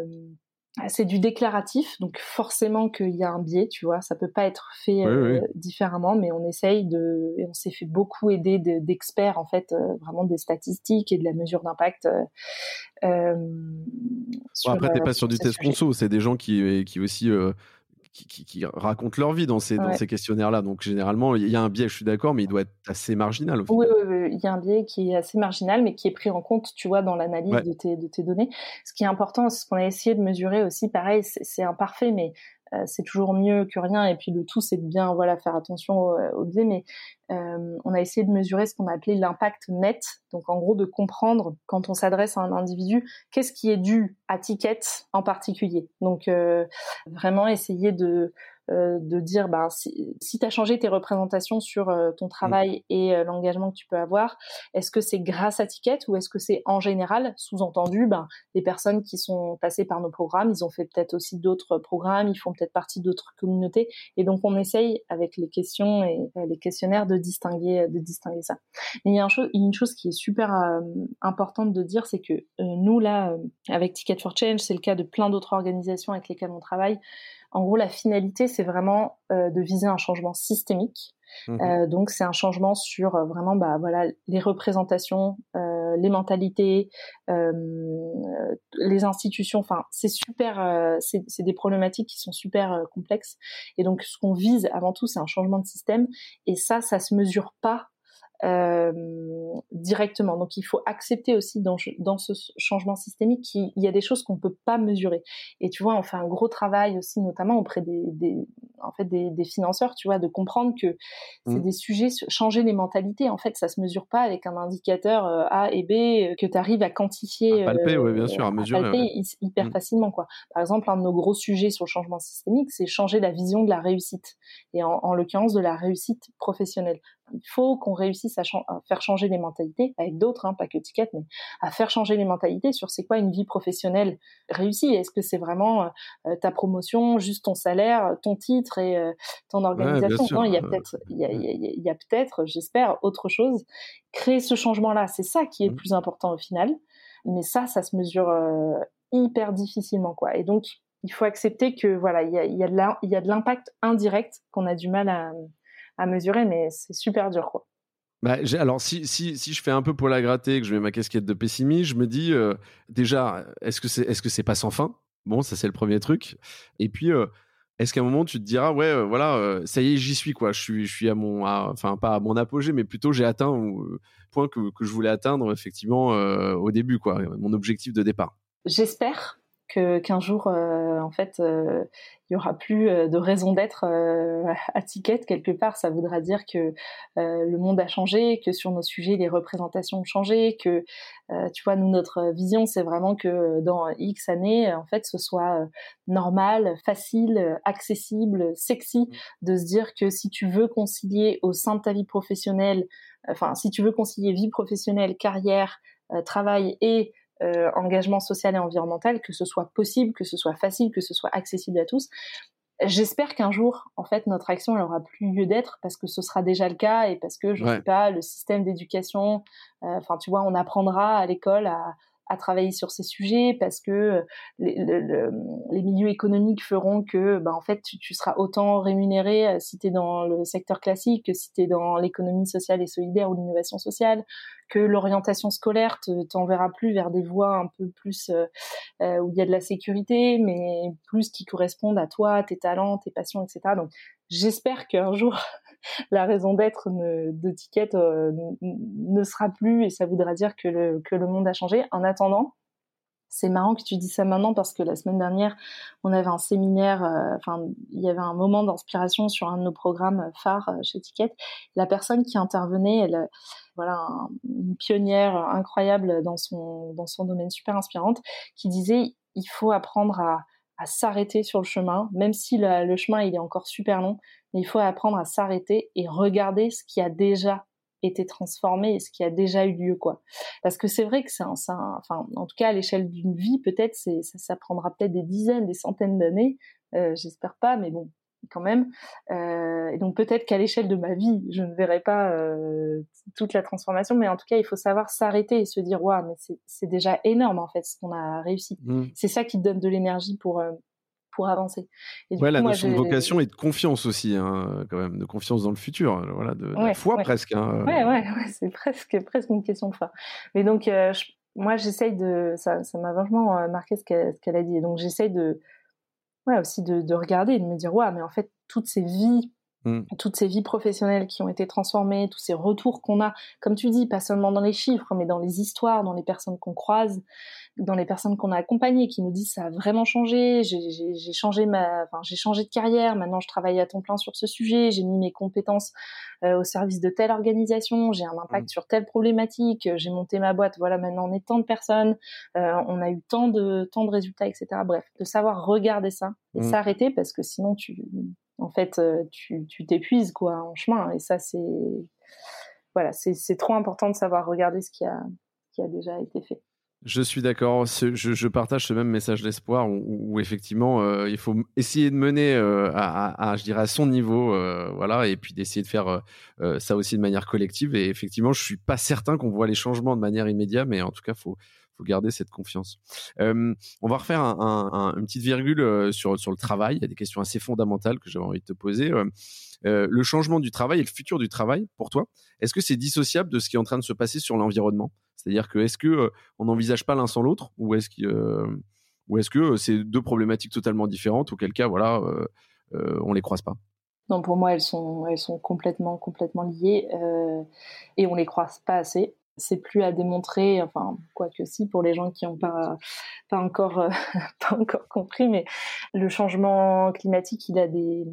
C'est du déclaratif, donc forcément qu'il y a un biais, tu vois, ça peut pas être fait différemment, mais on essaye et on s'est fait beaucoup aider d'experts, en fait, vraiment des statistiques et de la mesure d'impact. Après, t'es pas sur du test conso, c'est des gens qui aussi qui racontent leur vie dans ces questionnaires-là. Donc, généralement, il y a un biais, je suis d'accord, mais il doit être assez marginal. Oui, il y a un biais qui est assez marginal, mais qui est pris en compte, tu vois, dans l'analyse de tes données. Ce qui est important, c'est ce qu'on a essayé de mesurer aussi. Pareil, c'est imparfait, mais c'est toujours mieux que rien. Et puis, le tout, c'est de bien, faire attention au biais. Mais on a essayé de mesurer ce qu'on a appelé l'impact net. Donc, en gros, de comprendre, quand on s'adresse à un individu, qu'est-ce qui est dû à Ticket en particulier. Donc, vraiment essayer de dire si tu as changé tes représentations sur ton travail et l'engagement que tu peux avoir, est-ce que c'est grâce à Ticket ou est-ce que c'est en général, sous-entendu, les personnes qui sont passées par nos programmes, ils ont fait peut-être aussi d'autres programmes, ils font peut-être partie d'autres communautés, et donc on essaye avec les questions et les questionnaires de distinguer ça. Mais il y a une chose qui est super importante de dire, c'est que nous là, avec Ticket for Change, c'est le cas de plein d'autres organisations avec lesquelles on travaille. En gros, la finalité, c'est vraiment de viser un changement systémique. Donc, c'est un changement sur vraiment, les représentations, les mentalités, les institutions. Enfin, c'est super. C'est des problématiques qui sont super complexes. Et donc, ce qu'on vise avant tout, c'est un changement de système. Et ça se mesure pas directement. Donc il faut accepter aussi dans ce changement systémique qu'il y a des choses qu'on peut pas mesurer. Et tu vois, on fait un gros travail aussi, notamment auprès des financeurs, tu vois, de comprendre que c'est des sujets, changer les mentalités, en fait, ça se mesure pas avec un indicateur A et B que tu arrives à quantifier, à palper, bien sûr, à mesurer, hyper facilement, quoi. Par exemple, un de nos gros sujets sur le changement systémique, c'est changer la vision de la réussite, et en l'occurrence de la réussite professionnelle. Il faut qu'on réussisse à faire changer les mentalités, avec d'autres, pas que Ticket, mais à faire changer les mentalités sur c'est quoi une vie professionnelle réussie. Est-ce que c'est vraiment ta promotion, juste ton salaire, ton titre et ton organisation? Non, il y a peut-être, j'espère, autre chose. Créer ce changement-là, c'est ça qui est le plus important au final. Mais ça se mesure hyper difficilement, quoi. Et donc, il faut accepter que voilà, il y a de l'impact indirect qu'on a du mal à mesurer, mais c'est super dur, quoi. Alors, si je fais un peu poil à gratter, que je mets ma casquette de pessimiste, je me dis déjà, est-ce que c'est pas sans fin? Bon, ça c'est le premier truc. Et puis, est-ce qu'à un moment tu te diras, ça y est, j'y suis, quoi. Je suis pas à mon apogée, mais plutôt j'ai atteint le point que je voulais atteindre effectivement au début, quoi, mon objectif de départ. J'espère. qu'un jour, en fait, il y aura plus de raison d'être à Ticket quelque part. Ça voudra dire que le monde a changé, que sur nos sujets, les représentations ont changé, que tu vois, nous, notre vision, c'est vraiment que dans X années, en fait, ce soit normal, facile, accessible, sexy, de se dire que si tu veux concilier au sein de ta vie professionnelle, enfin, si tu veux concilier vie professionnelle, carrière, travail et engagement social et environnemental, que ce soit possible, que ce soit facile, que ce soit accessible à tous. J'espère qu'un jour, en fait, notre action elle aura plus lieu d'être parce que ce sera déjà le cas et parce que, je sais pas, le système d'éducation, enfin, tu vois, on apprendra à l'école à travailler sur ces sujets parce que les milieux économiques feront que, en fait, tu seras autant rémunéré si t'es dans le secteur classique que si t'es dans l'économie sociale et solidaire ou l'innovation sociale, que l'orientation scolaire t'enverra plus vers des voies un peu plus où il y a de la sécurité, mais plus qui correspondent à toi, tes talents, tes passions, etc. Donc, j'espère qu'un jour, la raison d'être de Ticket ne sera plus et ça voudra dire que le monde a changé. En attendant, c'est marrant que tu dis ça maintenant parce que la semaine dernière, on avait un séminaire, il y avait un moment d'inspiration sur un de nos programmes phares chez Ticket. La personne qui intervenait, elle, une pionnière incroyable dans son domaine, super inspirante, qui disait il faut apprendre à s'arrêter sur le chemin, même si le chemin il est encore super long, mais il faut apprendre à s'arrêter et regarder ce qui a déjà été transformé et ce qui a déjà eu lieu, quoi. Parce que c'est vrai que enfin, en tout cas, à l'échelle d'une vie, peut-être, ça prendra peut-être des dizaines, des centaines d'années, j'espère pas, mais bon, quand même. Et donc peut-être qu'à l'échelle de ma vie, je ne verrai pas toute la transformation, mais en tout cas, il faut savoir s'arrêter et se dire, waouh, mais c'est déjà énorme, en fait, ce qu'on a réussi. C'est ça qui te donne de l'énergie pour avancer. Et du coup, la moi, notion de vocation et de confiance aussi, hein, quand même, de confiance dans le futur, voilà, de la foi presque. Hein, ouais, c'est presque une question de foi. Mais donc, moi, j'essaye de... Ça m'a vachement marqué ce qu'elle a dit. Et donc, j'essaye aussi de regarder et de me dire, ouais, mais en fait, toutes ces vies professionnelles qui ont été transformées, tous ces retours qu'on a, comme tu dis, pas seulement dans les chiffres, mais dans les histoires, dans les personnes qu'on croise, dans les personnes qu'on a accompagnées, qui nous disent ça a vraiment changé, j'ai changé de carrière, maintenant je travaille à temps plein sur ce sujet, j'ai mis mes compétences au service de telle organisation, j'ai un impact sur telle problématique, j'ai monté ma boîte, voilà, maintenant on est tant de personnes, on a eu tant de résultats, etc. Bref, de savoir regarder ça et s'arrêter parce que sinon tu t'épuises, quoi, en chemin. Et ça, c'est trop important de savoir regarder ce qui a déjà été fait. Je suis d'accord, je partage ce même message d'espoir où effectivement il faut essayer de mener je dirais à son niveau, voilà, et puis d'essayer de faire ça aussi de manière collective. Et effectivement, je suis pas certain qu'on voit les changements de manière immédiate, mais en tout cas, faut garder cette confiance. On va refaire une petite virgule sur le travail. Il y a des questions assez fondamentales que j'avais envie de te poser. Le changement du travail et le futur du travail, pour toi, est-ce que c'est dissociable de ce qui est en train de se passer sur l'environnement ? C'est-à-dire que est-ce que on n'envisage pas l'un sans l'autre, ou est-ce que c'est deux problématiques totalement différentes, auquel cas voilà, on les croise pas? Non, pour moi, elles sont complètement liées et on les croise pas assez. C'est plus à démontrer, enfin, quoique si, pour les gens qui n'ont pas encore compris, mais le changement climatique, il a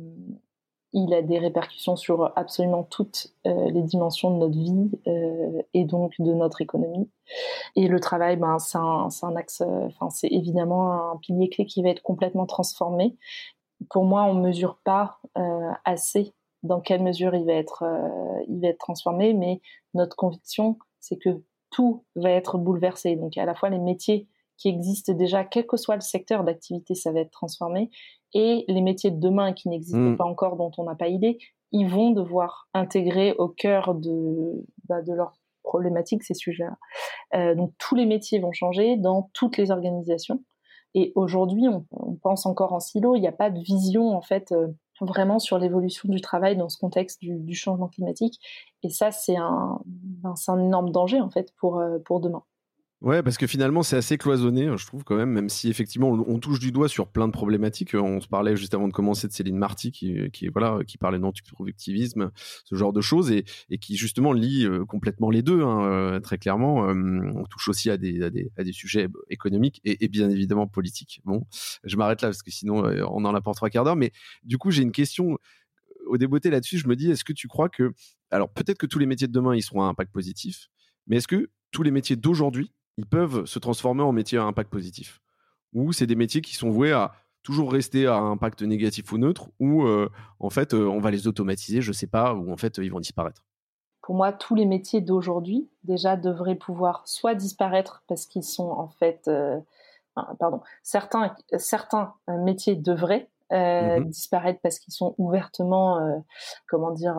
des répercussions sur absolument toutes les dimensions de notre vie et donc de notre économie. Et le travail, c'est un axe, c'est évidemment un pilier clé qui va être complètement transformé. Pour moi, on mesure pas assez dans quelle mesure il va être transformé, mais notre conviction, c'est que tout va être bouleversé. Donc à la fois les métiers qui existent déjà, quel que soit le secteur d'activité, ça va être transformé, et les métiers de demain qui n'existent pas encore, dont on n'a pas idée, ils vont devoir intégrer au cœur de leur problématique ces sujets-là. Donc tous les métiers vont changer dans toutes les organisations. Et aujourd'hui, on pense encore en silo. Il n'y a pas de vision, en fait, vraiment sur l'évolution du travail dans ce contexte du changement climatique. Et ça, c'est un énorme danger, en fait, pour demain. Ouais, parce que finalement, c'est assez cloisonné, je trouve quand même si effectivement on touche du doigt sur plein de problématiques. On se parlait juste avant de commencer de Céline Marty qui parlait d'antiproductivisme, ce genre de choses et qui justement lie complètement les deux, hein, très clairement. On touche aussi à des sujets économiques et bien évidemment politiques. Bon, je m'arrête là parce que sinon on en a pour 3/4 d'heure. Mais du coup, j'ai une question au débeauté là-dessus. Je me dis, est-ce que tu crois que, alors peut-être que tous les métiers de demain ils seront à impact positif, mais est-ce que tous les métiers d'aujourd'hui ils peuvent se transformer en métiers à impact positif? Ou c'est des métiers qui sont voués à toujours rester à impact négatif ou neutre, ou en fait, on va les automatiser, je sais pas, ou en fait, ils vont disparaître? Pour moi, tous les métiers d'aujourd'hui, déjà, devraient pouvoir soit disparaître parce qu'ils sont en fait... pardon, certains métiers devraient Mhm. disparaître parce qu'ils sont ouvertement, comment dire,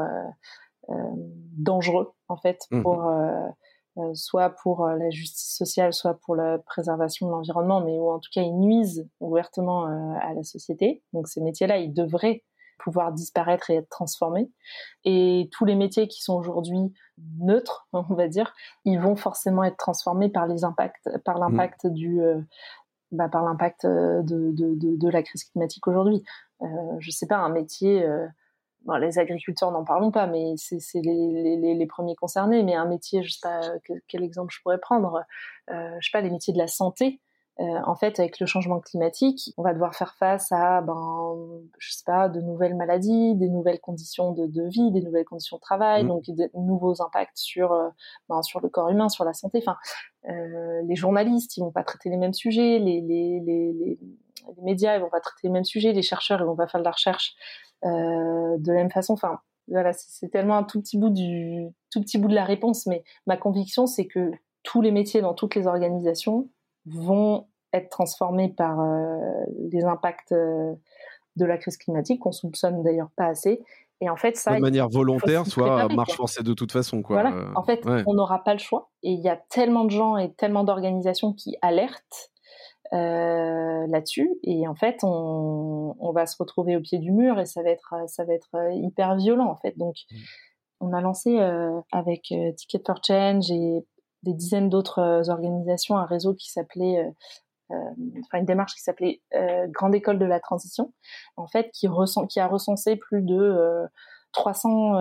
dangereux, en fait, Mhm. soit pour la justice sociale, soit pour la préservation de l'environnement, mais où en tout cas ils nuisent ouvertement à la société. Donc ces métiers-là, ils devraient pouvoir disparaître et être transformés. Et tous les métiers qui sont aujourd'hui neutres, on va dire, ils vont forcément être transformés par Mhm. l'impact par l'impact de la crise climatique aujourd'hui. Je sais pas, un métier, bon, les agriculteurs n'en parlons pas, mais c'est les premiers concernés. Mais un métier, je sais pas quel exemple je pourrais prendre, je sais pas, les métiers de la santé. En fait, avec le changement climatique, on va devoir faire face à, je sais pas, de nouvelles maladies, des nouvelles conditions de vie, des nouvelles conditions de travail, donc de nouveaux impacts sur le corps humain, sur la santé. Enfin, les journalistes, ils vont pas traiter les mêmes sujets, les médias, ils vont pas traiter les mêmes sujets, les chercheurs, ils vont pas faire de la recherche de la même façon. Enfin, voilà, c'est tellement un tout petit bout de la réponse, mais ma conviction, c'est que tous les métiers dans toutes les organisations vont être transformés par les impacts de la crise climatique, qu'on soupçonne d'ailleurs pas assez. Et en fait, Soit ça, de il manière faut volontaire, s'y soit préparer, marche quoi. forcée de toute façon, quoi. Voilà. En fait, Ouais. on n'aura pas le choix. Et il y a tellement de gens et tellement d'organisations qui alertent là-dessus. Et en fait, on va se retrouver au pied du mur et ça va être hyper violent, en fait. Donc, on a lancé avec Ticket for Change et des dizaines d'autres organisations un réseau qui s'appelait une démarche qui s'appelait Grande École de la Transition, en fait, qui a recensé plus de 300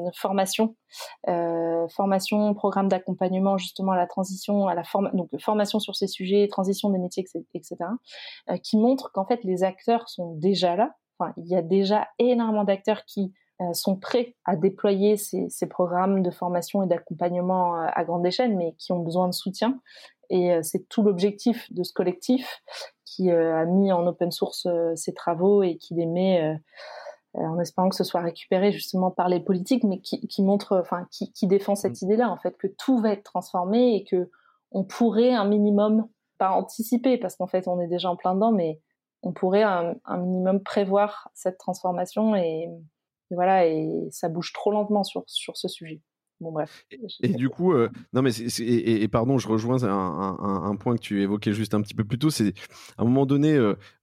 formations, programmes d'accompagnement justement à la transition, donc formation sur ces sujets, transition des métiers, etc., qui montrent qu'en fait les acteurs sont déjà là. Enfin, il y a déjà énormément d'acteurs qui sont prêts à déployer ces programmes de formation et d'accompagnement à grande échelle, mais qui ont besoin de soutien. Et c'est tout l'objectif de ce collectif qui a mis en open source ces travaux et qui les met en espérant que ce soit récupéré justement par les politiques, mais qui montre, qui défend cette idée-là, en fait, que tout va être transformé et que on pourrait un minimum, pas anticiper, parce qu'en fait, on est déjà en plein dedans, mais on pourrait un minimum prévoir cette transformation et voilà, et ça bouge trop lentement sur ce sujet. Bon, bref. Et du coup, non mais et pardon, je rejoins un point que tu évoquais juste un petit peu plus tôt. C'est à un moment donné,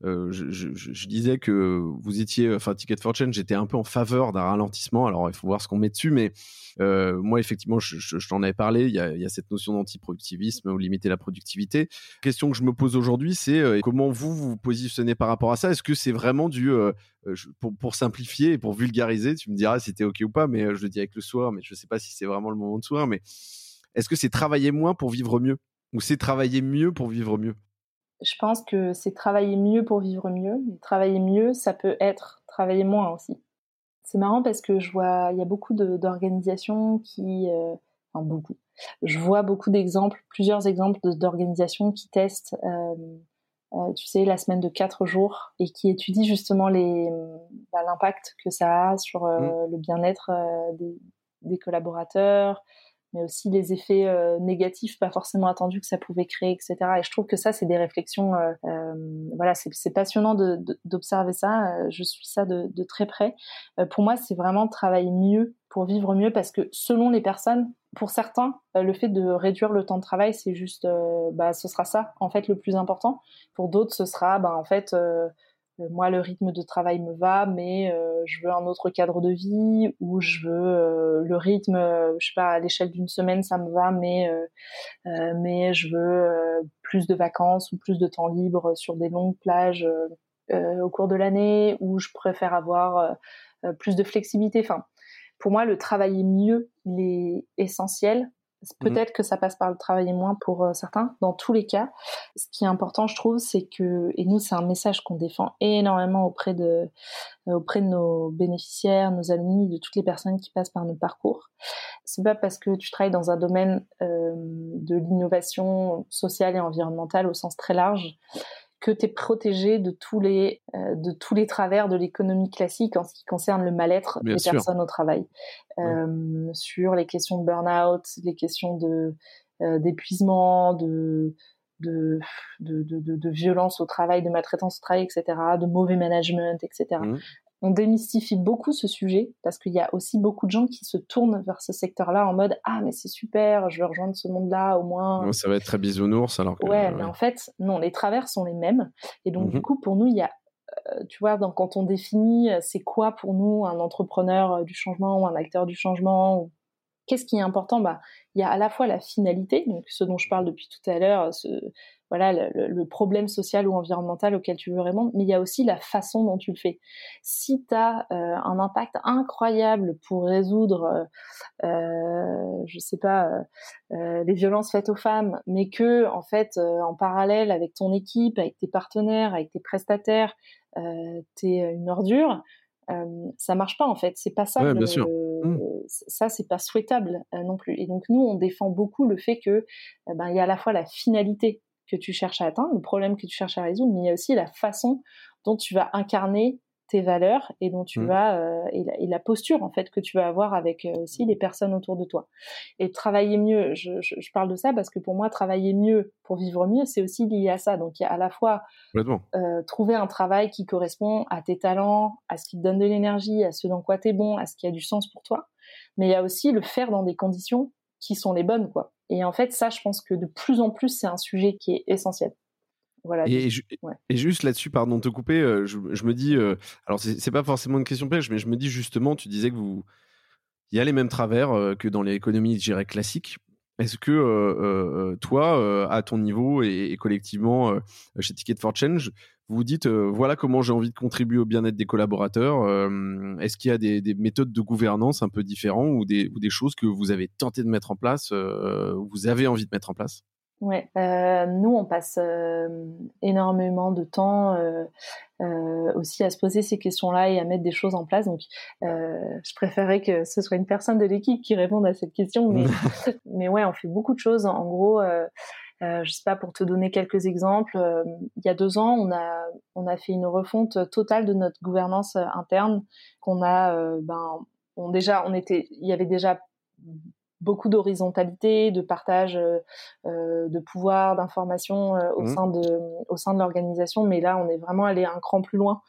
je disais que vous étiez, enfin Ticket for Change, j'étais un peu en faveur d'un ralentissement. Alors il faut voir ce qu'on met dessus, mais moi effectivement, je t'en avais parlé. Il y a cette notion d'antiproductivisme ou limiter la productivité. Question que je me pose aujourd'hui, c'est comment vous vous positionnez par rapport à ça. Est-ce que c'est vraiment pour simplifier et pour vulgariser, tu me diras si t'es OK ou pas, mais je le dis avec le soir, mais je sais pas si c'est vraiment le moment de soir, mais est-ce que c'est travailler moins pour vivre mieux? Ou c'est travailler mieux pour vivre mieux? Je pense que c'est travailler mieux pour vivre mieux. Mais travailler mieux, ça peut être travailler moins aussi. C'est marrant parce que je vois, il y a beaucoup d'organisations qui, enfin beaucoup. Je vois beaucoup d'exemples, plusieurs exemples d'organisations qui testent, tu sais, la semaine de 4 jours et qui étudient justement l'impact que ça a sur Mmh. le bien-être des collaborateurs, mais aussi les effets négatifs pas forcément attendus que ça pouvait créer, etc. Et je trouve que ça, c'est des réflexions, voilà, c'est passionnant d'observer ça. Je suis ça de très près. Pour moi, c'est vraiment travailler mieux pour vivre mieux parce que selon les personnes, pour certains, le fait de réduire le temps de travail, c'est juste, ce sera ça, en fait, le plus important. Pour d'autres, ce sera, en fait, moi le rythme de travail me va, mais je veux un autre cadre de vie, ou je veux le rythme, je sais pas, à l'échelle d'une semaine ça me va, mais je veux plus de vacances ou plus de temps libre sur des longues plages au cours de l'année, ou je préfère avoir plus de flexibilité. Enfin, pour moi, le travailler mieux, il est essentiel. Peut-être que ça passe par le travailler moins pour certains. Dans tous les cas, ce qui est important, je trouve, c'est que, et nous, c'est un message qu'on défend énormément auprès de nos bénéficiaires, nos alumni, de toutes les personnes qui passent par nos parcours. C'est pas parce que tu travailles dans un domaine de l'innovation sociale et environnementale au sens très large que tu es protégé de tous les travers de l'économie classique en ce qui concerne le mal-être Bien des sûr. personnes au travail. Sur les questions de burn-out, les questions d'épuisement, de violence au travail, de maltraitance au travail, etc., de mauvais management, etc. On démystifie beaucoup ce sujet parce qu'il y a aussi beaucoup de gens qui se tournent vers ce secteur-là en mode « Ah, mais c'est super, je vais rejoindre ce monde-là, au moins… » Ouais, ça va être très bisounours alors que… Ouais, mais en fait, non, les travers sont les mêmes. Et donc, du coup, pour nous, il y a, tu vois, quand on définit c'est quoi pour nous un entrepreneur du changement ou un acteur du changement, ou qu'est-ce qui est important, il y a à la fois la finalité, donc ce dont je parle depuis tout à l'heure, voilà, le problème social ou environnemental auquel tu veux répondre, mais il y a aussi la façon dont tu le fais. Si tu as un impact incroyable pour résoudre, je sais pas, les violences faites aux femmes, mais que en fait, en parallèle avec ton équipe, avec tes partenaires, avec tes prestataires, t'es une ordure, ça marche pas en fait. C'est pas ça Ouais, bien sûr. ça c'est pas souhaitable non plus. Et donc nous on défend beaucoup le fait que il y a à la fois la finalité que tu cherches à atteindre, le problème que tu cherches à résoudre, mais il y a aussi la façon dont tu vas incarner tes valeurs et dont tu vas et la posture en fait que tu vas avoir avec aussi les personnes autour de toi. Et travailler mieux, je parle de ça parce que pour moi travailler mieux pour vivre mieux, c'est aussi lié à ça. Donc il y a à la fois trouver un travail qui correspond à tes talents, à ce qui te donne de l'énergie, à ce dans quoi t'es bon, à ce qui a du sens pour toi, mais il y a aussi le faire dans des conditions qui sont les bonnes, quoi. Et en fait, ça, je pense que de plus en plus, c'est un sujet qui est essentiel. Voilà. Et juste là-dessus, pardon de te couper, je me dis, alors c'est pas forcément une question piège, mais je me dis justement, tu disais que il y a les mêmes travers que dans l'économie, je dirais, classique. Est-ce que toi, à ton niveau et collectivement chez Ticket for Change, vous vous dites voilà comment j'ai envie de contribuer au bien-être des collaborateurs. Est-ce qu'il y a des méthodes de gouvernance un peu différentes ou des choses que vous avez tenté de mettre en place, vous avez envie de mettre en place? Ouais, nous on passe énormément de temps aussi à se poser ces questions-là et à mettre des choses en place. Donc, je préférerais que ce soit une personne de l'équipe qui réponde à cette question, mais ouais, on fait beaucoup de choses. En gros, je sais pas, pour te donner quelques exemples, il y a 2 ans, on a fait une refonte totale de notre gouvernance interne. Qu'on a, il y avait déjà beaucoup d'horizontalité, de partage de pouvoir, d'information au sein de l'organisation, mais là on est vraiment allé un cran plus loin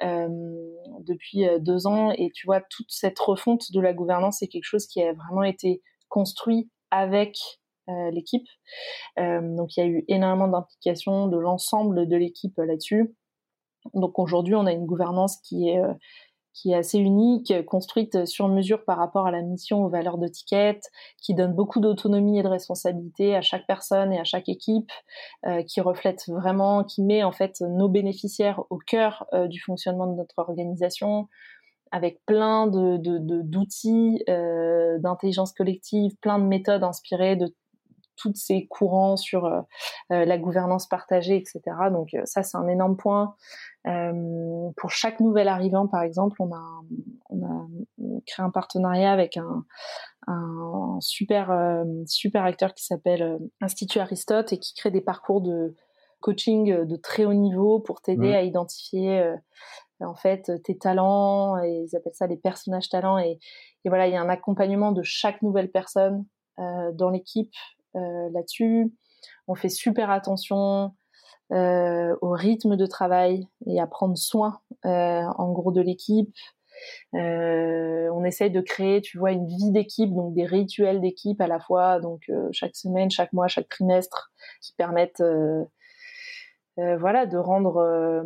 depuis 2 ans. Et tu vois, toute cette refonte de la gouvernance, c'est quelque chose qui a vraiment été construit avec l'équipe. Donc il y a eu énormément d'implications de l'ensemble de l'équipe là-dessus. Donc aujourd'hui on a une gouvernance qui est assez unique, construite sur mesure par rapport à la mission, aux valeurs de Ticket, qui donne beaucoup d'autonomie et de responsabilité à chaque personne et à chaque équipe, qui reflète vraiment, qui met en fait nos bénéficiaires au cœur du fonctionnement de notre organisation, avec plein d'outils d'intelligence collective, plein de méthodes inspirées de tous ces courants sur la gouvernance partagée, etc. Donc ça, c'est un énorme point. Pour chaque nouvel arrivant, par exemple, on a créé un partenariat avec un super acteur qui s'appelle Institut Aristote et qui crée des parcours de coaching de très haut niveau pour t'aider à identifier en fait tes talents, et ils appellent ça les personnages talents, et voilà, il y a un accompagnement de chaque nouvelle personne dans l'équipe là-dessus. On fait super attention au rythme de travail et à prendre soin en gros de l'équipe. On essaye de créer, tu vois, une vie d'équipe, donc des rituels d'équipe à la fois, donc chaque semaine, chaque mois, chaque trimestre, qui permettent voilà, de rendre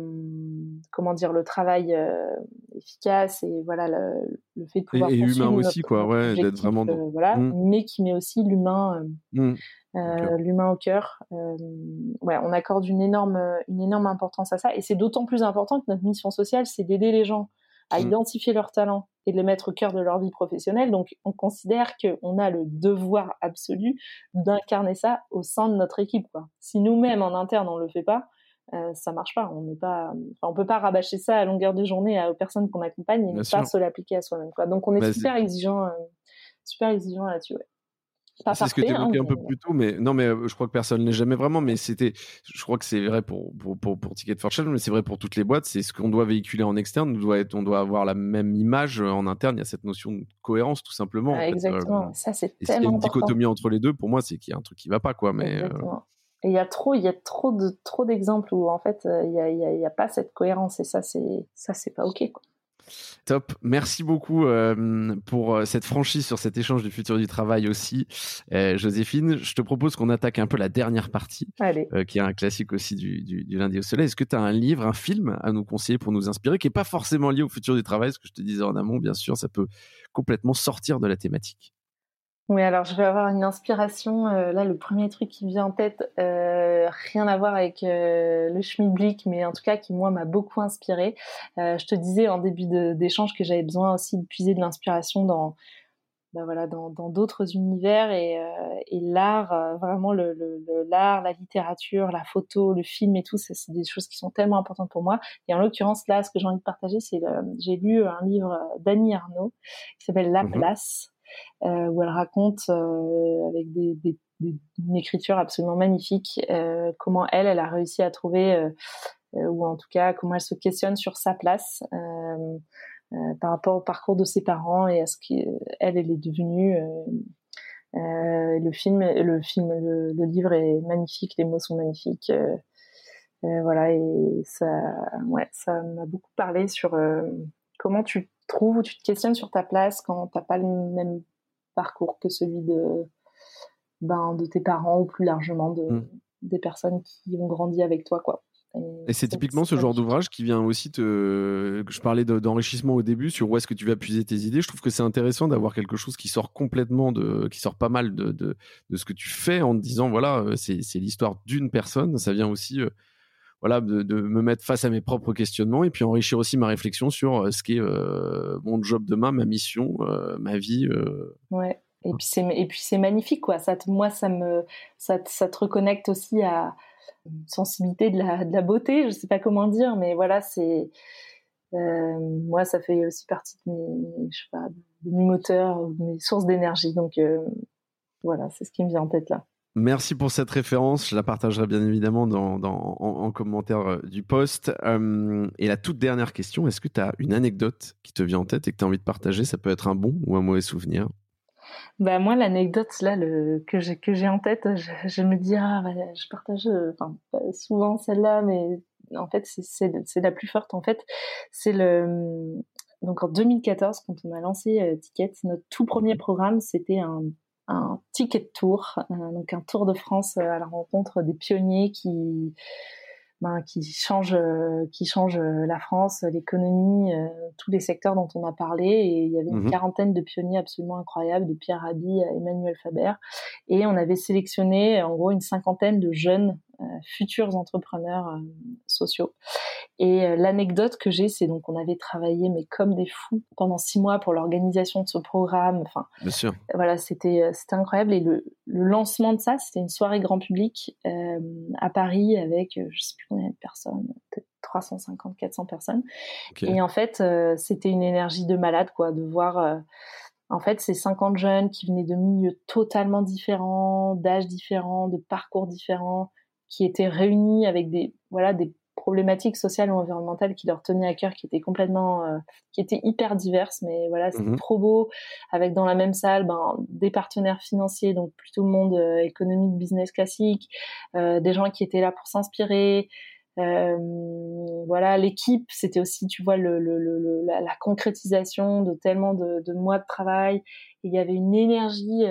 le travail efficace et voilà le fait de pouvoir et humain poursuivre aussi, quoi, notre ouais, d'être objectif, vraiment dans. voilà, Mmh, mais qui met aussi mmh, au cœur. l'humain au cœur. Ouais, on accorde une énorme importance à ça, et c'est d'autant plus important que notre mission sociale, c'est d'aider les gens à Mmh. identifier leurs talents et de les mettre au cœur de leur vie professionnelle. Donc, on considère qu'on a le devoir absolu d'incarner ça au sein de notre équipe, quoi. Si nous-mêmes, en interne, on le fait pas, ça marche pas. On peut pas rabâcher ça à longueur de journée aux personnes qu'on accompagne et ne Bien pas sûr. se l'appliquer à soi-même, quoi. Donc, on est Bah, c'est super exigeant là-dessus, ouais. Pas c'est ce que parfait, tu hein, évoquais un peu mais plus tôt, mais non, mais je crois que personne n'est jamais vraiment, mais je crois que c'est vrai pour Ticket for Change, mais c'est vrai pour toutes les boîtes. C'est ce qu'on doit véhiculer en externe, on doit avoir la même image en interne. Il y a cette notion de cohérence, tout simplement, en fait. exactement. Ça, c'est Et s'il y a tellement une important. dichotomie entre les deux, pour moi, c'est qu'il y a un truc qui va pas, quoi. Mais Exactement. Et il y a trop d'exemples où en fait il y a pas cette cohérence, et ça c'est pas ok, quoi. top. Merci beaucoup pour cette franchise sur cet échange du futur du travail aussi, Joséphine. Je te propose qu'on attaque un peu la dernière partie, Allez. qui est un classique aussi du lundi au soleil. Est-ce que tu as un livre, un film à nous conseiller pour nous inspirer, qui est pas forcément lié au futur du travail? Ce que je te disais en amont, bien sûr, ça peut complètement sortir de la thématique. Oui, alors je vais avoir une inspiration. Là, le premier truc qui me vient en tête, rien à voir avec le Schmilblick, mais en tout cas qui moi m'a beaucoup inspirée. Je te disais en début d'échange que j'avais besoin aussi de puiser de l'inspiration dans d'autres univers, et l'art, vraiment l'art, la littérature, la photo, le film et tout, c'est des choses qui sont tellement importantes pour moi. Et en l'occurrence là, ce que j'ai envie de partager, j'ai lu un livre d'Annie Ernaux qui s'appelle La Mhm. Place, où elle raconte avec une écriture absolument magnifique, comment elle a réussi à trouver, ou en tout cas comment elle se questionne sur sa place par rapport au parcours de ses parents et à ce qu'elle est devenue. Le livre est magnifique, les mots sont magnifiques. Voilà, et ça m'a beaucoup parlé sur comment tu te trouves ou tu te questionnes sur ta place quand t'as pas le même parcours que celui de tes parents, ou plus largement Mm. des personnes qui ont grandi avec toi, quoi. Et c'est typiquement C'est ce genre magnifique. d'ouvrage qui vient aussi je parlais d'enrichissement au début sur où est-ce que tu vas puiser tes idées. Je trouve que c'est intéressant d'avoir quelque chose qui sort qui sort pas mal de ce que tu fais en te disant, voilà, c'est l'histoire d'une personne. Ça vient aussi, voilà, de me mettre face à mes propres questionnements et puis enrichir aussi ma réflexion sur ce qu'est mon job demain, ma mission, ma vie. Ouais. Et puis c'est magnifique, quoi. Moi, ça te reconnecte aussi à une sensibilité de la beauté. Je sais pas comment dire, mais voilà, moi, ça fait aussi partie de je sais pas, de mes moteurs, de mes sources d'énergie. Donc, voilà, c'est ce qui me vient en tête là. Merci pour cette référence. Je la partagerai bien évidemment en commentaire du post. Et la toute dernière question, est-ce que tu as une anecdote qui te vient en tête et que tu as envie de partager? Ça peut être un bon ou un mauvais souvenir. Bah, moi, l'anecdote là, que j'ai en tête, je me dis, je partage, enfin, pas souvent celle-là, mais en fait, c'est la plus forte. En fait, c'est donc en 2014, quand on a lancé Ticket, notre tout premier programme, c'était un ticket tour, donc un tour de France à la rencontre des pionniers qui changent la France, l'économie, tous les secteurs dont on a parlé. Et il y avait une Mhm. quarantaine de pionniers absolument incroyables, de Pierre Rabhi à Emmanuel Faber. Et on avait sélectionné en gros une cinquantaine de jeunes futurs entrepreneurs sociaux. Et l'anecdote que j'ai, c'est donc on avait travaillé mais comme des fous pendant 6 mois pour l'organisation de ce programme. Enfin, Bien sûr. voilà, c'était incroyable. Et le lancement de ça, c'était une soirée grand public à Paris avec je sais plus combien de personnes, peut-être 350, 400 personnes. Ok. Et en fait, c'était une énergie de malade, quoi, de voir en fait ces 50 jeunes qui venaient de milieux totalement différents, d'âges différents, de parcours différents, qui étaient réunis avec des problématiques sociales ou environnementales qui leur tenaient à cœur, qui étaient hyper diverses, mais voilà, c'était Mhm. trop beau, avec dans la même salle des partenaires financiers, donc plutôt le monde économique, business classique, des gens qui étaient là pour s'inspirer. Voilà, l'équipe, c'était aussi, tu vois, la concrétisation de tellement de mois de travail. Et il y avait une énergie,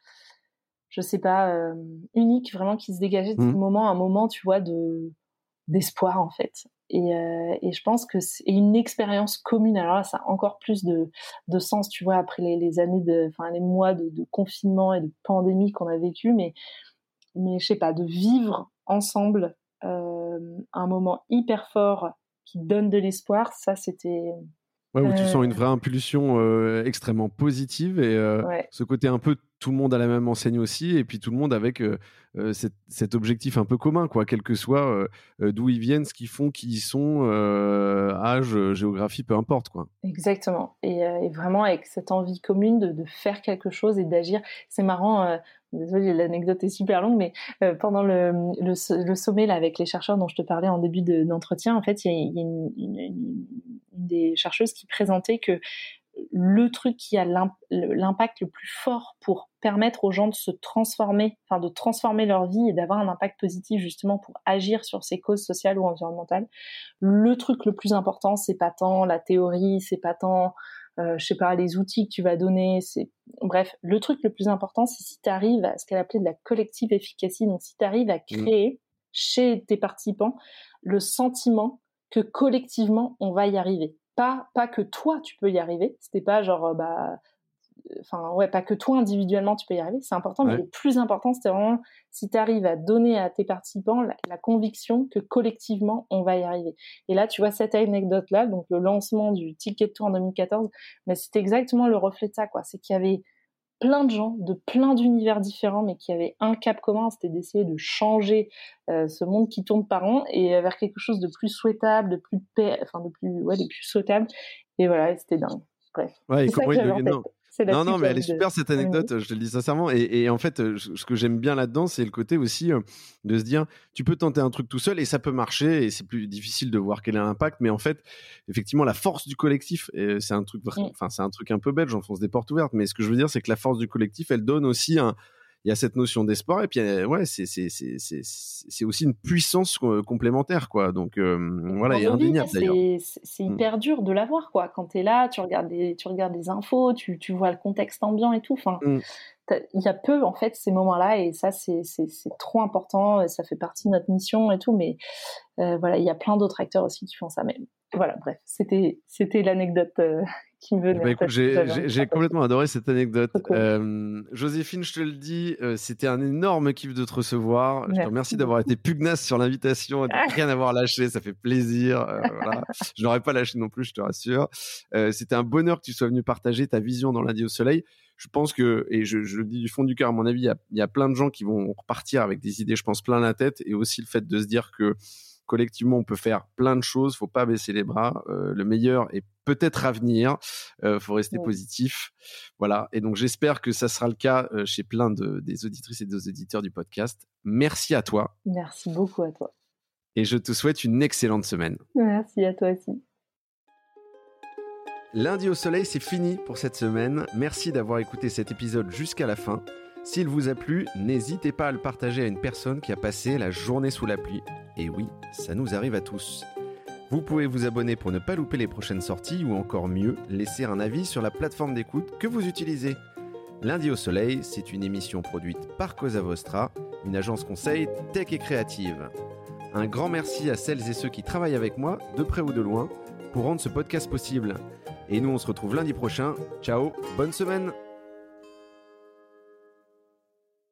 je sais pas, unique, vraiment, qui se dégageait de ce Mhm. moment, un moment, tu vois, d'espoir en fait. Et je pense que c'est une expérience commune. Alors là, ça a encore plus de sens, tu vois, après les années les mois de confinement et de pandémie qu'on a vécu, mais je sais pas, de vivre ensemble un moment hyper fort qui donne de l'espoir, ça c'était... Ouais, où tu sens une vraie impulsion extrêmement positive et Ouais. ce côté un peu tout le monde à la même enseigne aussi et puis tout le monde avec cet objectif un peu commun, quoi, quel que soit d'où ils viennent, ce qu'ils font, qui ils sont, âge, géographie, peu importe, quoi. Exactement. Et vraiment avec cette envie commune de faire quelque chose et d'agir. C'est marrant, désolée, l'anecdote est super longue, mais pendant le sommet là, avec les chercheurs dont je te parlais en début d'entretien, en fait, il y a une des chercheuses qui présentait que le truc qui a l'impact le plus fort pour permettre aux gens de se transformer, enfin de transformer leur vie et d'avoir un impact positif justement pour agir sur ces causes sociales ou environnementales, le truc le plus important, c'est pas tant la théorie, c'est pas tant je sais pas, les outils que tu vas donner, bref, le truc le plus important, c'est si tu arrives à ce qu'elle appelait de la collective efficacy, donc si tu arrives à créer chez tes participants le sentiment que collectivement on va y arriver. Pas que toi tu peux y arriver, c'était pas genre pas que toi individuellement tu peux y arriver, c'est important, mais le plus important c'était vraiment si tu arrives à donner à tes participants la conviction que collectivement on va y arriver. Et là tu vois cette anecdote là, donc le lancement du Ticket Tour en 2014, mais c'est exactement le reflet de ça, quoi. C'est qu'il y avait plein de gens de plein d'univers différents, mais qui avaient un cap commun, c'était d'essayer de changer ce monde qui tourne par rond et vers quelque chose de plus souhaitable, de plus souhaitable. Et voilà, et c'était dingue. Bref, Ouais, c'est ça que j'avais en tête. Non, mais elle est super cette anecdote, je te le dis sincèrement. Et en fait, ce que j'aime bien là-dedans, c'est le côté aussi de se dire, tu peux tenter un truc tout seul et ça peut marcher et c'est plus difficile de voir quel est l'impact. Mais en fait, effectivement, la force du collectif, c'est un truc, c'est un truc un peu bête, j'enfonce des portes ouvertes. Mais ce que je veux dire, c'est que la force du collectif, elle donne aussi il y a cette notion d'espoir et puis c'est aussi une puissance complémentaire, quoi. Donc voilà, il est indéniable d'ailleurs. C'est hyper dur de l'avoir, quoi. Quand t'es là, tu regardes des infos, tu vois le contexte ambiant et tout. Enfin, il y a peu en fait ces moments-là et ça c'est trop important. Ça fait partie de notre mission et tout. Mais voilà, il y a plein d'autres acteurs aussi qui font ça. Mais voilà, bref, c'était l'anecdote qui me venait. Bah écoute, j'ai complètement adoré cette anecdote. Cool. Joséphine, je te le dis, c'était un énorme kiff de te recevoir. Merci. Je te remercie d'avoir été pugnace sur l'invitation et de rien avoir lâché, ça fait plaisir. Voilà. Je n'aurais pas lâché non plus, je te rassure. C'était un bonheur que tu sois venu partager ta vision dans Lundi au Soleil. Je pense que, et je le dis du fond du cœur, à mon avis, il y a plein de gens qui vont repartir avec des idées, je pense, plein la tête, et aussi le fait de se dire que collectivement, on peut faire plein de choses. Faut pas baisser les bras. Le meilleur est peut-être à venir. Faut rester positif. Voilà. Et donc, j'espère que ça sera le cas chez plein des auditrices et des auditeurs du podcast. Merci à toi. Merci beaucoup à toi. Et je te souhaite une excellente semaine. Merci à toi aussi. Lundi au Soleil, c'est fini pour cette semaine. Merci d'avoir écouté cet épisode jusqu'à la fin. S'il vous a plu, n'hésitez pas à le partager à une personne qui a passé la journée sous la pluie. Et oui, ça nous arrive à tous. Vous pouvez vous abonner pour ne pas louper les prochaines sorties ou encore mieux, laisser un avis sur la plateforme d'écoute que vous utilisez. Lundi au Soleil, c'est une émission produite par Cosa Vostra, une agence conseil tech et créative. Un grand merci à celles et ceux qui travaillent avec moi, de près ou de loin, pour rendre ce podcast possible. Et nous, on se retrouve lundi prochain. Ciao, bonne semaine!